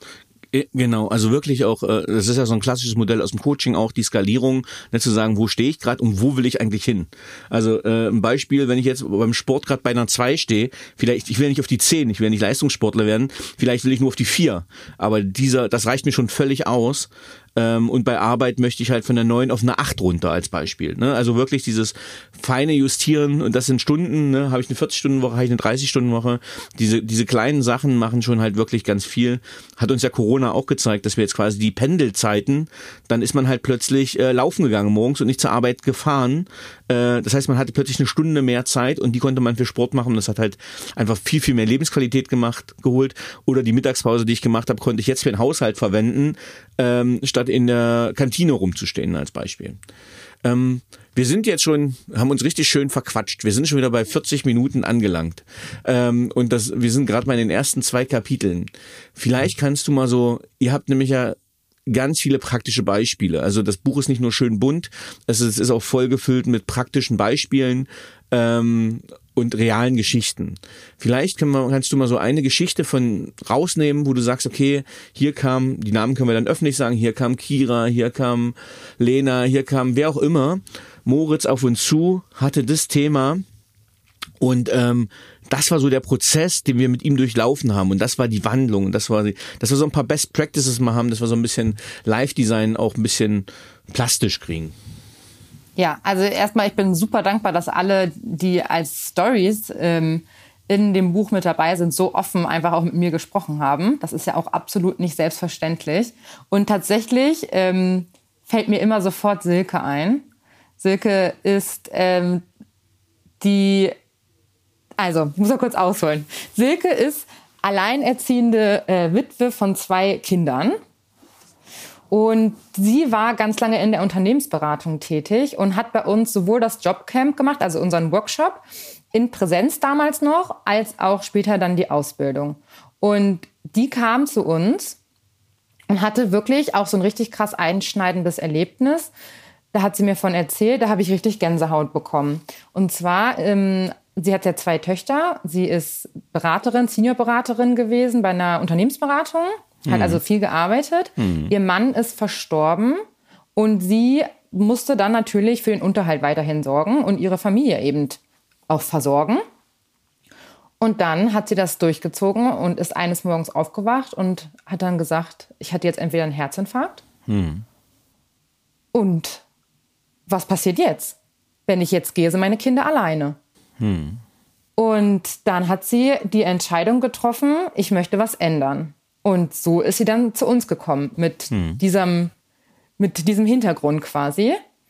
Genau, also wirklich auch, das ist ja so ein klassisches Modell aus dem Coaching, auch die Skalierung, ne, zu sagen, wo stehe ich gerade und wo will ich eigentlich hin? Also äh, ein Beispiel, wenn ich jetzt beim Sport gerade bei einer zwei stehe, vielleicht, ich will nicht auf die zehn, ich will nicht Leistungssportler werden, vielleicht will ich nur auf die vier, aber dieser, das reicht mir schon völlig aus. Ähm, und bei Arbeit möchte ich halt von der neun auf eine acht runter als Beispiel. Ne? Also wirklich dieses feine Justieren, und das sind Stunden, ne? Habe ich eine vierzig-Stunden-Woche, habe ich eine dreißig-Stunden-Woche. Diese, diese kleinen Sachen machen schon halt wirklich ganz viel. Hat uns ja Corona auch gezeigt, dass wir jetzt quasi die Pendelzeiten, dann ist man halt plötzlich äh, laufen gegangen morgens und nicht zur Arbeit gefahren. Äh, das heißt, man hatte plötzlich eine Stunde mehr Zeit und die konnte man für Sport machen. Und das hat halt einfach viel, viel mehr Lebensqualität gemacht, geholt. Oder die Mittagspause, die ich gemacht habe, konnte ich jetzt für den Haushalt verwenden, ähm, statt in der Kantine rumzustehen als Beispiel. Ähm, wir sind jetzt schon, haben uns richtig schön verquatscht. Wir sind schon wieder bei vierzig Minuten angelangt. Ähm, und das, wir sind gerade mal in den ersten zwei Kapiteln. Vielleicht kannst du mal so, ihr habt nämlich ja ganz viele praktische Beispiele. Also das Buch ist nicht nur schön bunt, es ist, ist auch vollgefüllt mit praktischen Beispielen. Ähm, und realen Geschichten. Vielleicht können wir, kannst du mal so eine Geschichte von rausnehmen, wo du sagst, okay, hier kam, die Namen können wir dann öffentlich sagen, hier kam Kira, hier kam Lena, hier kam wer auch immer, Moritz auf uns zu, hatte das Thema und ähm, das war so der Prozess, den wir mit ihm durchlaufen haben und das war die Wandlung und das war, dass wir so ein paar Best Practices mal haben, dass wir so ein bisschen Live-Design auch ein bisschen plastisch kriegen. Ja, also erstmal, ich bin super dankbar, dass alle, die als Stories ähm, in dem Buch mit dabei sind, so offen einfach auch mit mir gesprochen haben. Das ist ja auch absolut nicht selbstverständlich. Und tatsächlich ähm, fällt mir immer sofort Silke ein. Silke ist ähm, die, also ich muss mal kurz ausholen. Silke ist alleinerziehende äh, Witwe von zwei Kindern. Und sie war ganz lange in der Unternehmensberatung tätig und hat bei uns sowohl das Jobcamp gemacht, also unseren Workshop, in Präsenz damals noch, als auch später dann die Ausbildung. Und die kam zu uns und hatte wirklich auch so ein richtig krass einschneidendes Erlebnis. Da hat sie mir von erzählt, da habe ich richtig Gänsehaut bekommen. Und zwar, ähm, sie hat ja zwei Töchter. Sie ist Beraterin, Seniorberaterin gewesen bei einer Unternehmensberatung. Hat also viel gearbeitet. Mhm. Ihr Mann ist verstorben und sie musste dann natürlich für den Unterhalt weiterhin sorgen und ihre Familie eben auch versorgen. Und dann hat sie das durchgezogen und ist eines Morgens aufgewacht und hat dann gesagt, ich hatte jetzt entweder einen Herzinfarkt mhm. und was passiert jetzt? Wenn ich jetzt gehe, sind meine Kinder alleine. Mhm. Und dann hat sie die Entscheidung getroffen, ich möchte was ändern. Und so ist sie dann zu uns gekommen, mit, hm. diesem, mit diesem Hintergrund quasi.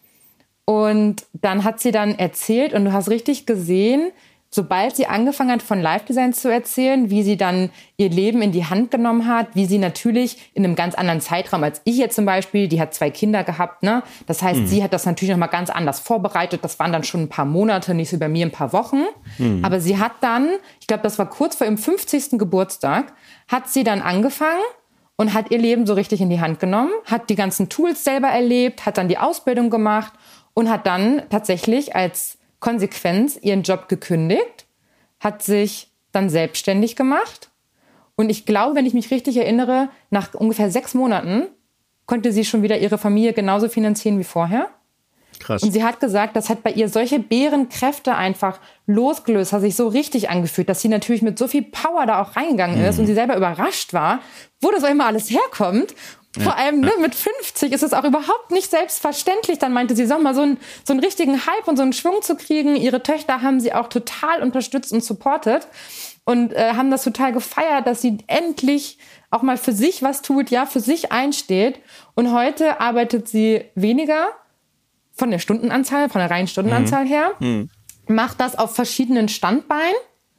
Und dann hat sie dann erzählt, und du hast richtig gesehen, sobald sie angefangen hat, von Live-Design zu erzählen, wie sie dann ihr Leben in die Hand genommen hat, wie sie natürlich in einem ganz anderen Zeitraum als ich jetzt zum Beispiel, die hat zwei Kinder gehabt, ne? Das heißt, mhm. sie hat das natürlich noch mal ganz anders vorbereitet. Das waren dann schon ein paar Monate, nicht so bei mir ein paar Wochen. Mhm. Aber sie hat dann, ich glaube, das war kurz vor ihrem fünfzigsten Geburtstag, hat sie dann angefangen und hat ihr Leben so richtig in die Hand genommen, hat die ganzen Tools selber erlebt, hat dann die Ausbildung gemacht und hat dann tatsächlich als Konsequenz ihren Job gekündigt, hat sich dann selbstständig gemacht. Und ich glaube, wenn ich mich richtig erinnere, nach ungefähr sechs Monaten konnte sie schon wieder ihre Familie genauso finanzieren wie vorher. Krass. Und sie hat gesagt, das hat bei ihr solche Bärenkräfte einfach losgelöst, hat sich so richtig angefühlt, dass sie natürlich mit so viel Power da auch reingegangen ist mhm. und sie selber überrascht war, wo das auch immer alles herkommt. Vor ja, allem ne, ja. mit fünfzig ist es auch überhaupt nicht selbstverständlich. Dann meinte sie, sag mal, so einen, so einen richtigen Hype und so einen Schwung zu kriegen. Ihre Töchter haben sie auch total unterstützt und supportet und äh, haben das total gefeiert, dass sie endlich auch mal für sich was tut, ja, für sich einsteht. Und heute arbeitet sie weniger von der Stundenanzahl, von der reinen Stundenanzahl mhm. her, mhm. macht das auf verschiedenen Standbeinen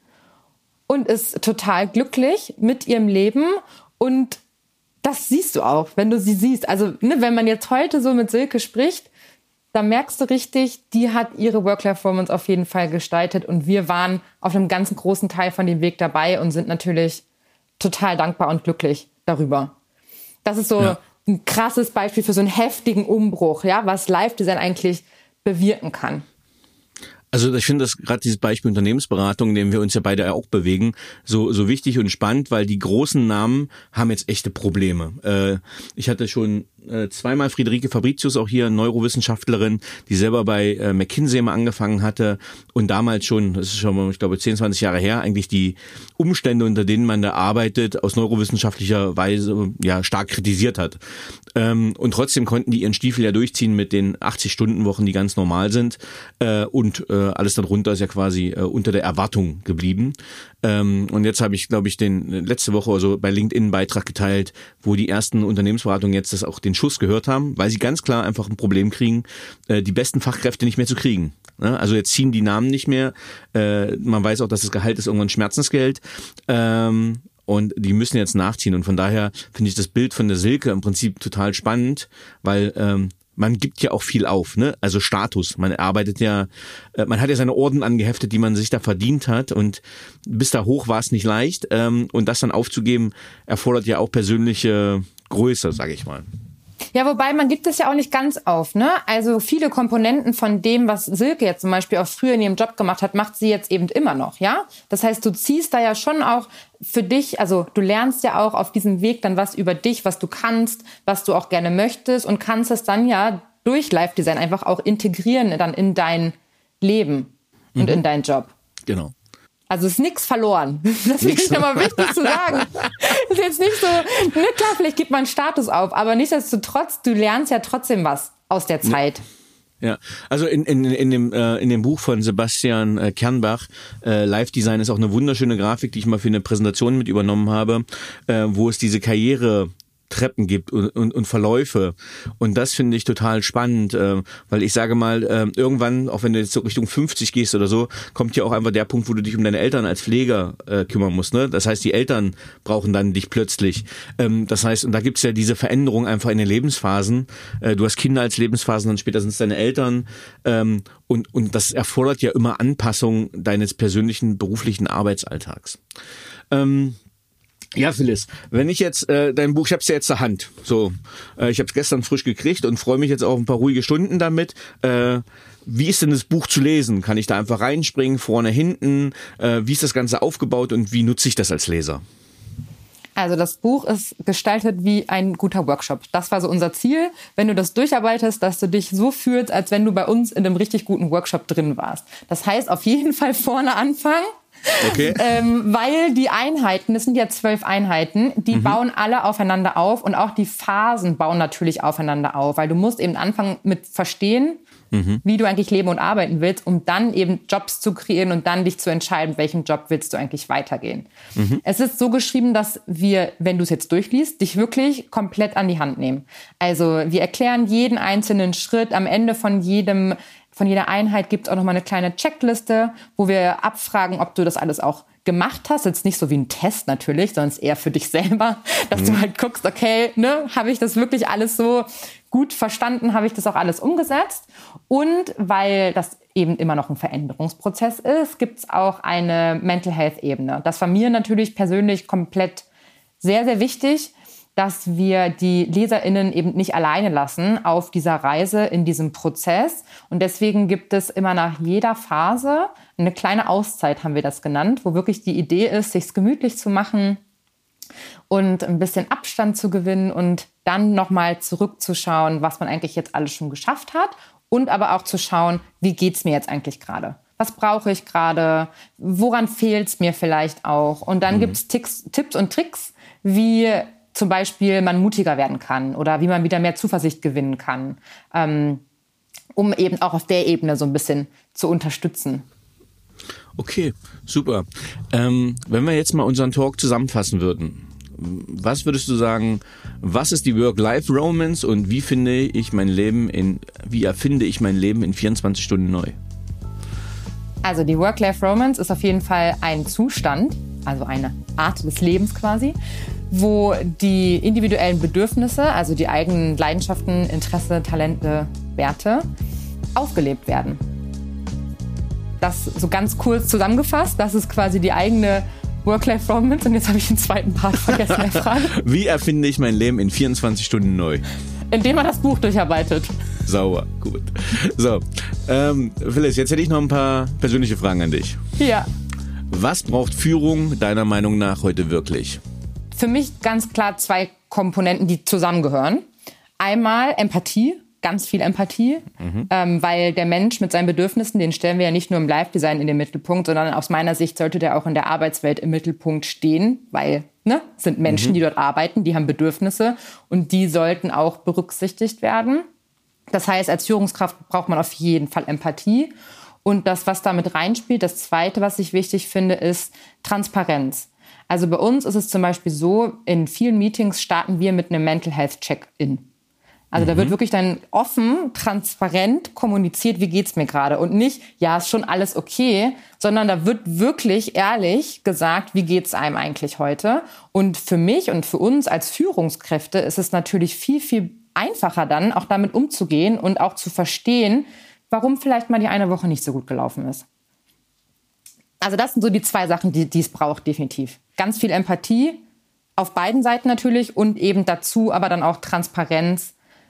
und ist total glücklich mit ihrem Leben. Und das siehst du auch, wenn du sie siehst. Also, ne, wenn man jetzt heute so mit Silke spricht, da merkst du richtig, die hat ihre Work-Life-Balance auf jeden Fall gestaltet. Und wir waren auf einem ganz großen Teil von dem Weg dabei und sind natürlich total dankbar und glücklich darüber. Das ist so ja. ein krasses Beispiel für so einen heftigen Umbruch, ja, was Live-Design eigentlich bewirken kann. Also ich finde das gerade dieses Beispiel Unternehmensberatung, in dem wir uns ja beide auch bewegen, so so wichtig und spannend, weil die großen Namen haben jetzt echte Probleme. Äh, ich hatte schon äh, zweimal Friederike Fabricius, auch hier Neurowissenschaftlerin, die selber bei äh, McKinsey mal angefangen hatte und damals schon, das ist schon mal, ich glaube, zehn, zwanzig Jahre her, eigentlich die Umstände, unter denen man da arbeitet, aus neurowissenschaftlicher Weise ja stark kritisiert hat. Ähm, und trotzdem konnten die ihren Stiefel ja durchziehen mit den achtzig-Stunden-Wochen, die ganz normal sind äh, und äh, alles darunter ist ja quasi äh, unter der Erwartung geblieben. Ähm, und jetzt habe ich, glaube ich, den letzte Woche oder so bei LinkedIn einen Beitrag geteilt, wo die ersten Unternehmensberatungen jetzt das auch den Schuss gehört haben, weil sie ganz klar einfach ein Problem kriegen, äh, die besten Fachkräfte nicht mehr zu kriegen. Ne? Also jetzt ziehen die Namen nicht mehr. Äh, man weiß auch, dass das Gehalt ist irgendwann Schmerzensgeld. Ähm, Und die müssen jetzt nachziehen. Und von daher finde ich das Bild von der Silke im Prinzip total spannend, weil ähm, man gibt ja auch viel auf, ne? Also Status. Man arbeitet ja, äh, man hat ja seine Orden angeheftet, die man sich da verdient hat. Und bis da hoch war es nicht leicht. Ähm, und das dann aufzugeben, erfordert ja auch persönliche Größe, sage ich mal. Ja, wobei man gibt es ja auch nicht ganz auf, ne? Also viele Komponenten von dem, was Silke jetzt zum Beispiel auch früher in ihrem Job gemacht hat, macht sie jetzt eben immer noch, ja? Das heißt, du ziehst da ja schon auch für dich, also du lernst ja auch auf diesem Weg dann was über dich, was du kannst, was du auch gerne möchtest und kannst es dann ja durch Live-Design einfach auch integrieren dann in dein Leben und mhm. in deinen Job. Genau. Also ist nichts verloren. Das finde ich aber wichtig zu sagen. Ist jetzt nicht so, ne, klar, vielleicht gibt man einen Status auf, aber nichtsdestotrotz, du lernst ja trotzdem was aus der Zeit. Ja, also in, in, in, dem, äh, in dem Buch von Sebastian äh, Kernbach, äh, Live Design, ist auch eine wunderschöne Grafik, die ich mal für eine Präsentation mit übernommen habe, äh, wo es diese Karriere Treppen gibt und, und, und Verläufe. Und das finde ich total spannend, äh, weil ich sage mal, äh, irgendwann, auch wenn du jetzt so Richtung fünfzig gehst oder so, kommt ja auch einfach der Punkt, wo du dich um deine Eltern als Pfleger äh, kümmern musst. Ne? Das heißt, die Eltern brauchen dann dich plötzlich. Ähm, das heißt, und da gibt's ja diese Veränderung einfach in den Lebensphasen. Äh, du hast Kinder als Lebensphasen, dann später sind es deine Eltern. Ähm, und, und das erfordert ja immer Anpassung deines persönlichen, beruflichen Arbeitsalltags. Ähm, Ja, Phyllis, wenn ich jetzt äh, dein Buch, ich habe es ja jetzt zur Hand, so, äh, ich habe es gestern frisch gekriegt und freue mich jetzt auf ein paar ruhige Stunden damit. Äh, wie ist denn das Buch zu lesen? Kann ich da einfach reinspringen, vorne, hinten? Äh, wie ist das Ganze aufgebaut und wie nutze ich das als Leser? Also das Buch ist gestaltet wie ein guter Workshop. Das war so unser Ziel, wenn du das durcharbeitest, dass du dich so fühlst, als wenn du bei uns in einem richtig guten Workshop drin warst. Das heißt, auf jeden Fall vorne anfangen. Okay. Ähm, weil die Einheiten, das sind ja zwölf Einheiten, die mhm. bauen alle aufeinander auf und auch die Phasen bauen natürlich aufeinander auf, weil du musst eben anfangen mit verstehen, mhm. wie du eigentlich leben und arbeiten willst, um dann eben Jobs zu kreieren und dann dich zu entscheiden, welchem Job willst du eigentlich weitergehen. Mhm. Es ist so geschrieben, dass wir, wenn du es jetzt durchliest, dich wirklich komplett an die Hand nehmen. Also wir erklären jeden einzelnen Schritt, am Ende von jedem Von jeder Einheit gibt es auch noch mal eine kleine Checkliste, wo wir abfragen, ob du das alles auch gemacht hast. Jetzt nicht so wie ein Test natürlich, sondern es eher für dich selber, dass mhm. du halt guckst, okay, ne, habe ich das wirklich alles so gut verstanden, habe ich das auch alles umgesetzt? Und weil das eben immer noch ein Veränderungsprozess ist, gibt es auch eine Mental Health Ebene. Das war mir natürlich persönlich komplett sehr, sehr wichtig, dass wir die LeserInnen eben nicht alleine lassen auf dieser Reise, in diesem Prozess. Und deswegen gibt es immer nach jeder Phase eine kleine Auszeit, haben wir das genannt, wo wirklich die Idee ist, sich's gemütlich zu machen und ein bisschen Abstand zu gewinnen und dann nochmal zurückzuschauen, was man eigentlich jetzt alles schon geschafft hat und aber auch zu schauen, wie geht's mir jetzt eigentlich gerade? Was brauche ich gerade? Woran fehlt's mir vielleicht auch? Und dann mhm. gibt's Ticks, Tipps und Tricks, wie zum Beispiel man mutiger werden kann oder wie man wieder mehr Zuversicht gewinnen kann, ähm, um eben auch auf der Ebene so ein bisschen zu unterstützen. Okay, super. Ähm, wenn wir jetzt mal unseren Talk zusammenfassen würden, was würdest du sagen, was ist die Work-Life-Romance und wie finde ich mein Leben in, wie erfinde ich mein Leben in vierundzwanzig Stunden neu? Also die Work-Life-Romance ist auf jeden Fall ein Zustand, also eine Art des Lebens quasi, wo die individuellen Bedürfnisse, also die eigenen Leidenschaften, Interesse, Talente, Werte, aufgelebt werden. Das so ganz kurz zusammengefasst, das ist quasi die eigene Work-Life-Romance. Und jetzt habe ich den zweiten Part vergessen der Frage. Wie erfinde ich mein Leben in vierundzwanzig Stunden neu? Indem man das Buch durcharbeitet. Sauber, gut. So, ähm, Phyllis, jetzt hätte ich noch ein paar persönliche Fragen an dich. Ja. Was braucht Führung deiner Meinung nach heute wirklich? Für mich ganz klar zwei Komponenten, die zusammengehören. Einmal Empathie, ganz viel Empathie, mhm. ähm, weil der Mensch mit seinen Bedürfnissen, den stellen wir ja nicht nur im Live-Design in den Mittelpunkt, sondern aus meiner Sicht sollte der auch in der Arbeitswelt im Mittelpunkt stehen, weil ne, es sind Menschen, mhm. die dort arbeiten, die haben Bedürfnisse und die sollten auch berücksichtigt werden. Das heißt, als Führungskraft braucht man auf jeden Fall Empathie. Und das, was damit reinspielt, das Zweite, was ich wichtig finde, ist Transparenz. Also bei uns ist es zum Beispiel so, in vielen Meetings starten wir mit einem Mental Health Check-in. Also mhm. da wird wirklich dann offen, transparent kommuniziert, wie geht's mir gerade. Und nicht, ja, ist schon alles okay, sondern da wird wirklich ehrlich gesagt, wie geht's einem eigentlich heute. Und für mich und für uns als Führungskräfte ist es natürlich viel, viel einfacher dann, auch damit umzugehen und auch zu verstehen, warum vielleicht mal die eine Woche nicht so gut gelaufen ist. Also das sind so die zwei Sachen, die, die es braucht, definitiv. Ganz viel Empathie, auf beiden Seiten natürlich und eben dazu aber dann auch Transparenz,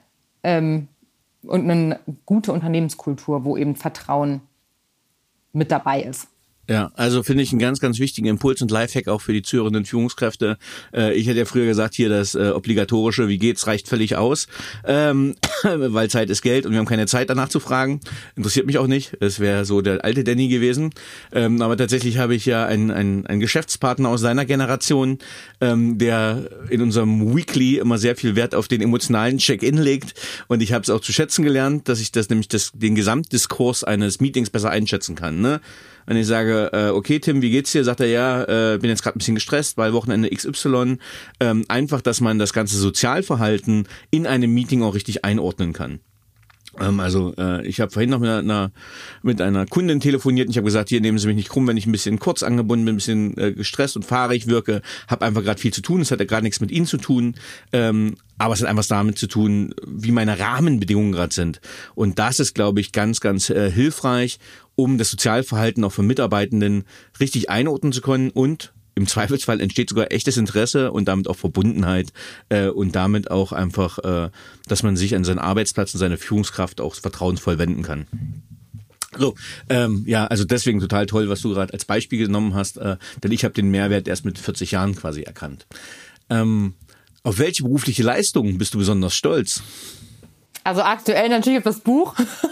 ähm, und eine gute Unternehmenskultur, wo eben Vertrauen mit dabei ist. Ja, also finde ich einen ganz, ganz wichtigen Impuls und Lifehack auch für die zuhörenden Führungskräfte. Äh, ich hätte ja früher gesagt, hier das äh, obligatorische, wie geht's, reicht völlig aus, ähm, weil Zeit ist Geld und wir haben keine Zeit danach zu fragen. Interessiert mich auch nicht. Es wäre so der alte Danny gewesen. Ähm, aber tatsächlich habe ich ja einen, einen, einen Geschäftspartner aus seiner Generation, ähm, der in unserem Weekly immer sehr viel Wert auf den emotionalen Check-in legt. Und ich habe es auch zu schätzen gelernt, dass ich das nämlich das, den Gesamtdiskurs eines Meetings besser einschätzen kann, ne? Wenn ich sage, äh, okay, Tim, wie geht's dir? Sagt er, ja, äh, bin jetzt gerade ein bisschen gestresst, weil Wochenende X Y. Ähm, einfach, dass man das ganze Sozialverhalten in einem Meeting auch richtig einordnen kann. Ähm, also äh, ich habe vorhin noch mit einer, mit einer Kundin telefoniert und ich habe gesagt, hier, nehmen Sie mich nicht krumm, wenn ich ein bisschen kurz angebunden bin, ein bisschen äh, gestresst und fahrig wirke, habe einfach gerade viel zu tun. Es hat ja gerade nichts mit Ihnen zu tun. Ähm, aber es hat einfach damit zu tun, wie meine Rahmenbedingungen gerade sind. Und das ist, glaube ich, ganz, ganz äh, hilfreich, um das Sozialverhalten auch von Mitarbeitenden richtig einordnen zu können. Und im Zweifelsfall entsteht sogar echtes Interesse und damit auch Verbundenheit äh, und damit auch einfach, äh, dass man sich an seinen Arbeitsplatz und seine Führungskraft auch vertrauensvoll wenden kann. So, ähm, ja, also deswegen total toll, was du gerade als Beispiel genommen hast, äh, denn ich habe den Mehrwert erst mit vierzig Jahren quasi erkannt. Ähm, Auf welche berufliche Leistung bist du besonders stolz? Also aktuell natürlich auf das Buch.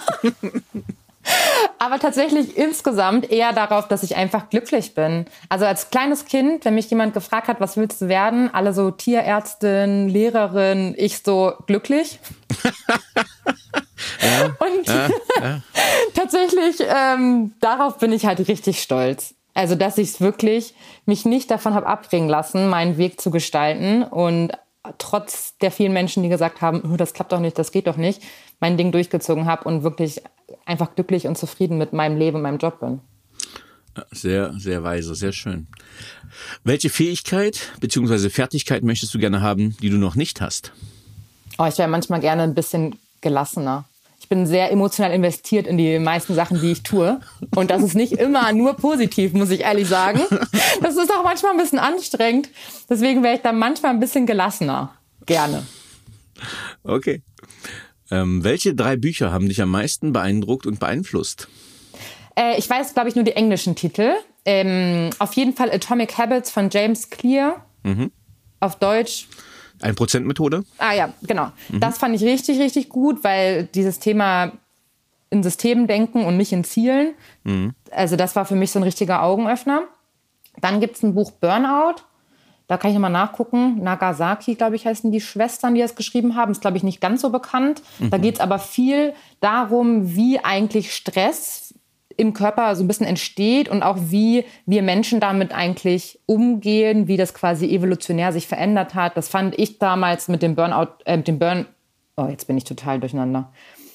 Aber tatsächlich insgesamt eher darauf, dass ich einfach glücklich bin. Also als kleines Kind, wenn mich jemand gefragt hat, was willst du werden? Alle so Tierärztin, Lehrerin, ich so glücklich. Ja, und ja, ja. tatsächlich ähm, darauf bin ich halt richtig stolz. Also dass ich es wirklich mich nicht davon habe abbringen lassen, meinen Weg zu gestalten und trotz der vielen Menschen, die gesagt haben, oh, das klappt doch nicht, das geht doch nicht, mein Ding durchgezogen habe und wirklich einfach glücklich und zufrieden mit meinem Leben und meinem Job bin. Sehr, sehr weise, sehr schön. Welche Fähigkeit bzw. Fertigkeit möchtest du gerne haben, die du noch nicht hast? Oh, ich wäre manchmal gerne ein bisschen gelassener. Ich bin sehr emotional investiert in die meisten Sachen, die ich tue. Und das ist nicht immer nur positiv, muss ich ehrlich sagen. Das ist auch manchmal ein bisschen anstrengend. Deswegen wäre ich da manchmal ein bisschen gelassener. Gerne. Okay. Ähm, welche drei Bücher haben dich am meisten beeindruckt und beeinflusst? Äh, ich weiß, glaube ich, nur die englischen Titel. Ähm, auf jeden Fall Atomic Habits von James Clear. Mhm. Auf Deutsch ein Prozent Methode? Ah ja, genau. Mhm. Das fand ich richtig, richtig gut, weil dieses Thema in Systemen denken und nicht in Zielen, mhm. also das war für mich so ein richtiger Augenöffner. Dann gibt es ein Buch Burnout. Da kann ich nochmal nachgucken. Nagasaki, glaube ich, heißen die Schwestern, die das geschrieben haben. Ist, glaube ich, nicht ganz so bekannt. Mhm. Da geht es aber viel darum, wie eigentlich Stress im Körper so ein bisschen entsteht und auch wie wir Menschen damit eigentlich umgehen, wie das quasi evolutionär sich verändert hat. Das fand ich damals mit dem Burnout, äh, mit dem Burn, oh, jetzt bin ich total durcheinander.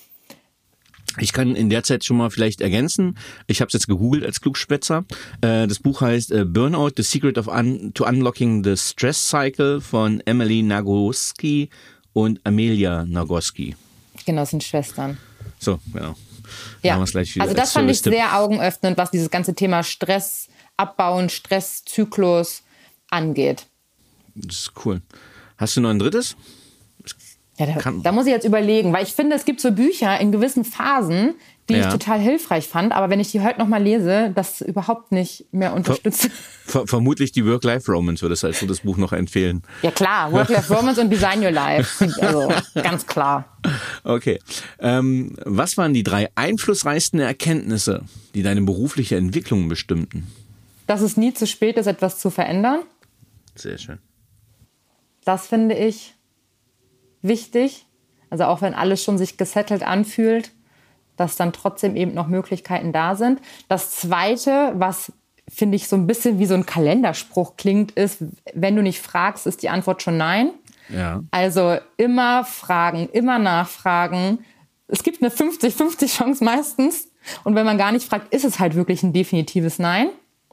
Ich kann in der Zeit schon mal vielleicht ergänzen. Ich habe es jetzt gegoogelt als Klugschwätzer. Äh, das Buch heißt äh, Burnout, The Secret of Un- to Unlocking the Stress Cycle von Emily Nagoski und Amelia Nagoski. Genau, das sind Schwestern. So, genau. Ja, also das fand ich sehr augenöffnend, was dieses ganze Thema Stress abbauen, Stresszyklus angeht. Das ist cool. Hast du noch ein drittes? Ja, da, da muss ich jetzt überlegen, weil ich finde, es gibt so Bücher in gewissen Phasen, die ja. ich total hilfreich fand, aber wenn ich die heute noch mal lese, das überhaupt nicht mehr unterstützt. Ver- ver- vermutlich die Work-Life-Romance würdest du als so das Buch noch empfehlen. Ja klar, Work-Life-Romance und Design Your Life, also ganz klar. Okay, ähm, was waren die drei einflussreichsten Erkenntnisse, die deine berufliche Entwicklung bestimmten? Dass es nie zu spät ist, etwas zu verändern. Sehr schön. Das finde ich wichtig, also auch wenn alles schon sich gesettelt anfühlt, dass dann trotzdem eben noch Möglichkeiten da sind. Das Zweite, was finde ich so ein bisschen wie so ein Kalenderspruch klingt, ist, wenn du nicht fragst, ist die Antwort schon nein. Ja. Also immer fragen, immer nachfragen. Es gibt eine fünfzig fünfzig Chance meistens. Und wenn man gar nicht fragt, ist es halt wirklich ein definitives Nein.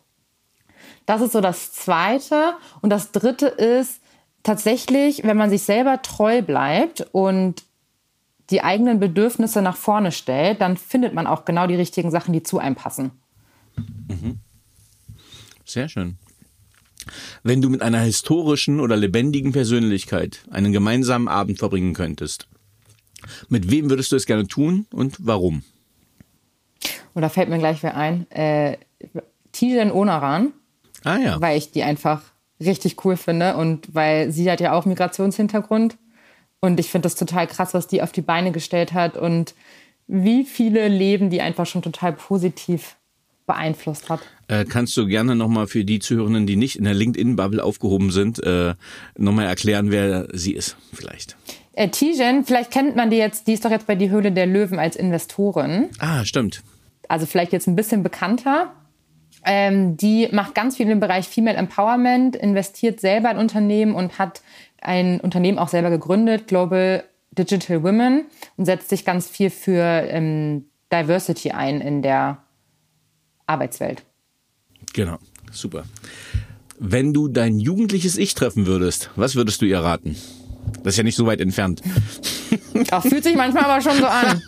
Das ist so das Zweite. Und das Dritte ist tatsächlich, wenn man sich selber treu bleibt und die eigenen Bedürfnisse nach vorne stellt, dann findet man auch genau die richtigen Sachen, die zu einem passen. Mhm. Sehr schön. Wenn du mit einer historischen oder lebendigen Persönlichkeit einen gemeinsamen Abend verbringen könntest, Mit wem würdest du es gerne tun und warum? Und da fällt mir gleich wer ein. Äh, Tijen Onaran. Ah ja. Weil ich die einfach richtig cool finde und weil sie hat ja auch Migrationshintergrund. Und ich finde das total krass, was die auf die Beine gestellt hat und wie viele Leben die einfach schon total positiv beeinflusst hat. Äh, kannst du gerne nochmal für die Zuhörenden, die nicht in der LinkedIn-Bubble aufgehoben sind, äh, nochmal erklären, wer sie ist vielleicht? Äh, Tijen, vielleicht kennt man die jetzt, die ist doch jetzt bei Die Höhle der Löwen als Investorin. Ah, stimmt. Also vielleicht jetzt ein bisschen bekannter. Ähm, die macht ganz viel im Bereich Female Empowerment, investiert selber in Unternehmen und hat ein Unternehmen auch selber gegründet, Global Digital Women, und setzt sich ganz viel für ähm, Diversity ein in der Arbeitswelt. Genau, super. Wenn du dein jugendliches Ich treffen würdest, was würdest du ihr raten? Das ist ja nicht so weit entfernt. Ach, fühlt sich manchmal aber schon so an.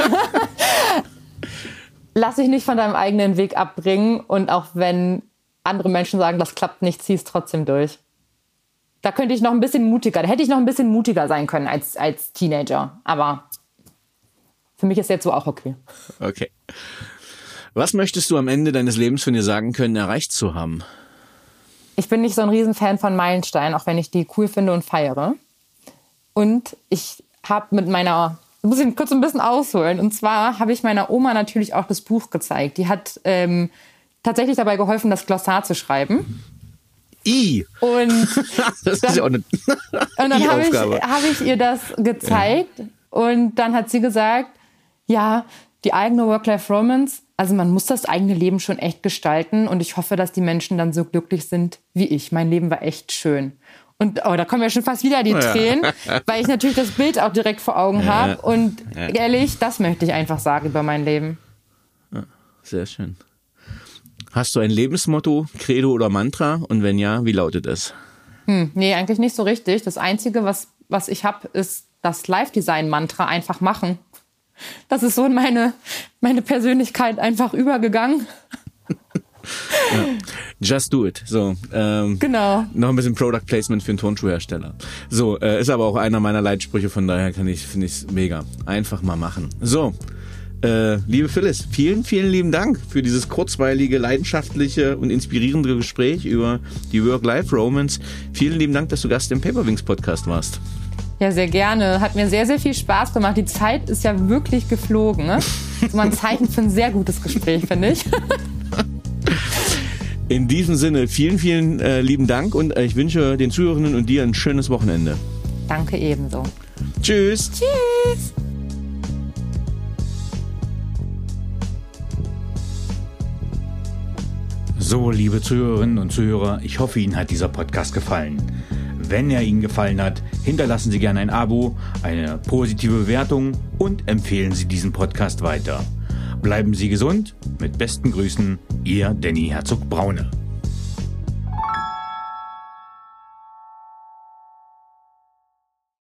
Lass dich nicht von deinem eigenen Weg abbringen und auch wenn andere Menschen sagen, das klappt nicht, zieh es trotzdem durch. Da könnte ich noch ein bisschen mutiger, da hätte ich noch ein bisschen mutiger sein können als, als Teenager. Aber für mich ist jetzt so auch okay. Okay. Was möchtest du am Ende deines Lebens von dir sagen können, erreicht zu haben? Ich bin nicht so ein Riesenfan von Meilensteinen, auch wenn ich die cool finde und feiere. Und ich habe mit meiner, da muss ich kurz ein bisschen ausholen, und zwar habe ich meiner Oma natürlich auch das Buch gezeigt. Die hat ähm, tatsächlich dabei geholfen, das Glossar zu schreiben. I. Und das dann, ist ja auch eine und dann habe ich, hab ich ihr das gezeigt ja. Und dann hat sie gesagt, ja, die eigene Work-Life-Romance, also man muss das eigene Leben schon echt gestalten und ich hoffe, dass die Menschen dann so glücklich sind wie ich. Mein Leben war echt schön. Und oh, da kommen ja schon fast wieder die Tränen, ja. Weil ich natürlich das Bild auch direkt vor Augen ja. habe. Und ja. ehrlich, das möchte ich einfach sagen über mein Leben. Ja, sehr schön. Hast du ein Lebensmotto, Credo oder Mantra? Und wenn ja, wie lautet es? Hm, nee, eigentlich nicht so richtig. Das Einzige, was, was ich habe, ist das Live-Design-Mantra, einfach machen. Das ist so in meine, meine Persönlichkeit einfach übergegangen. Ja. Just do it. So, ähm, genau. Noch ein bisschen Product Placement für einen Turnschuhhersteller. So, äh, ist aber auch einer meiner Leitsprüche, von daher kann ich, finde ich es mega. Einfach mal machen. So, äh, liebe Phyllis, vielen, vielen lieben Dank für dieses kurzweilige, leidenschaftliche und inspirierende Gespräch über die Work-Life-Romance. Vielen lieben Dank, dass du Gast im Paperwings Podcast warst. Ja, sehr gerne. Hat mir sehr, sehr viel Spaß gemacht. Die Zeit ist ja wirklich geflogen. Ne? Das ist mal ein Zeichen für ein sehr gutes Gespräch, finde ich. In diesem Sinne, vielen, vielen äh, lieben Dank und äh, ich wünsche den Zuhörenden und dir ein schönes Wochenende. Danke ebenso. Tschüss. Tschüss. So, liebe Zuhörerinnen und Zuhörer, ich hoffe, Ihnen hat dieser Podcast gefallen. Wenn er Ihnen gefallen hat, hinterlassen Sie gerne ein Abo, eine positive Bewertung und empfehlen Sie diesen Podcast weiter. Bleiben Sie gesund. Mit besten Grüßen, Ihr Danny Herzog-Braune.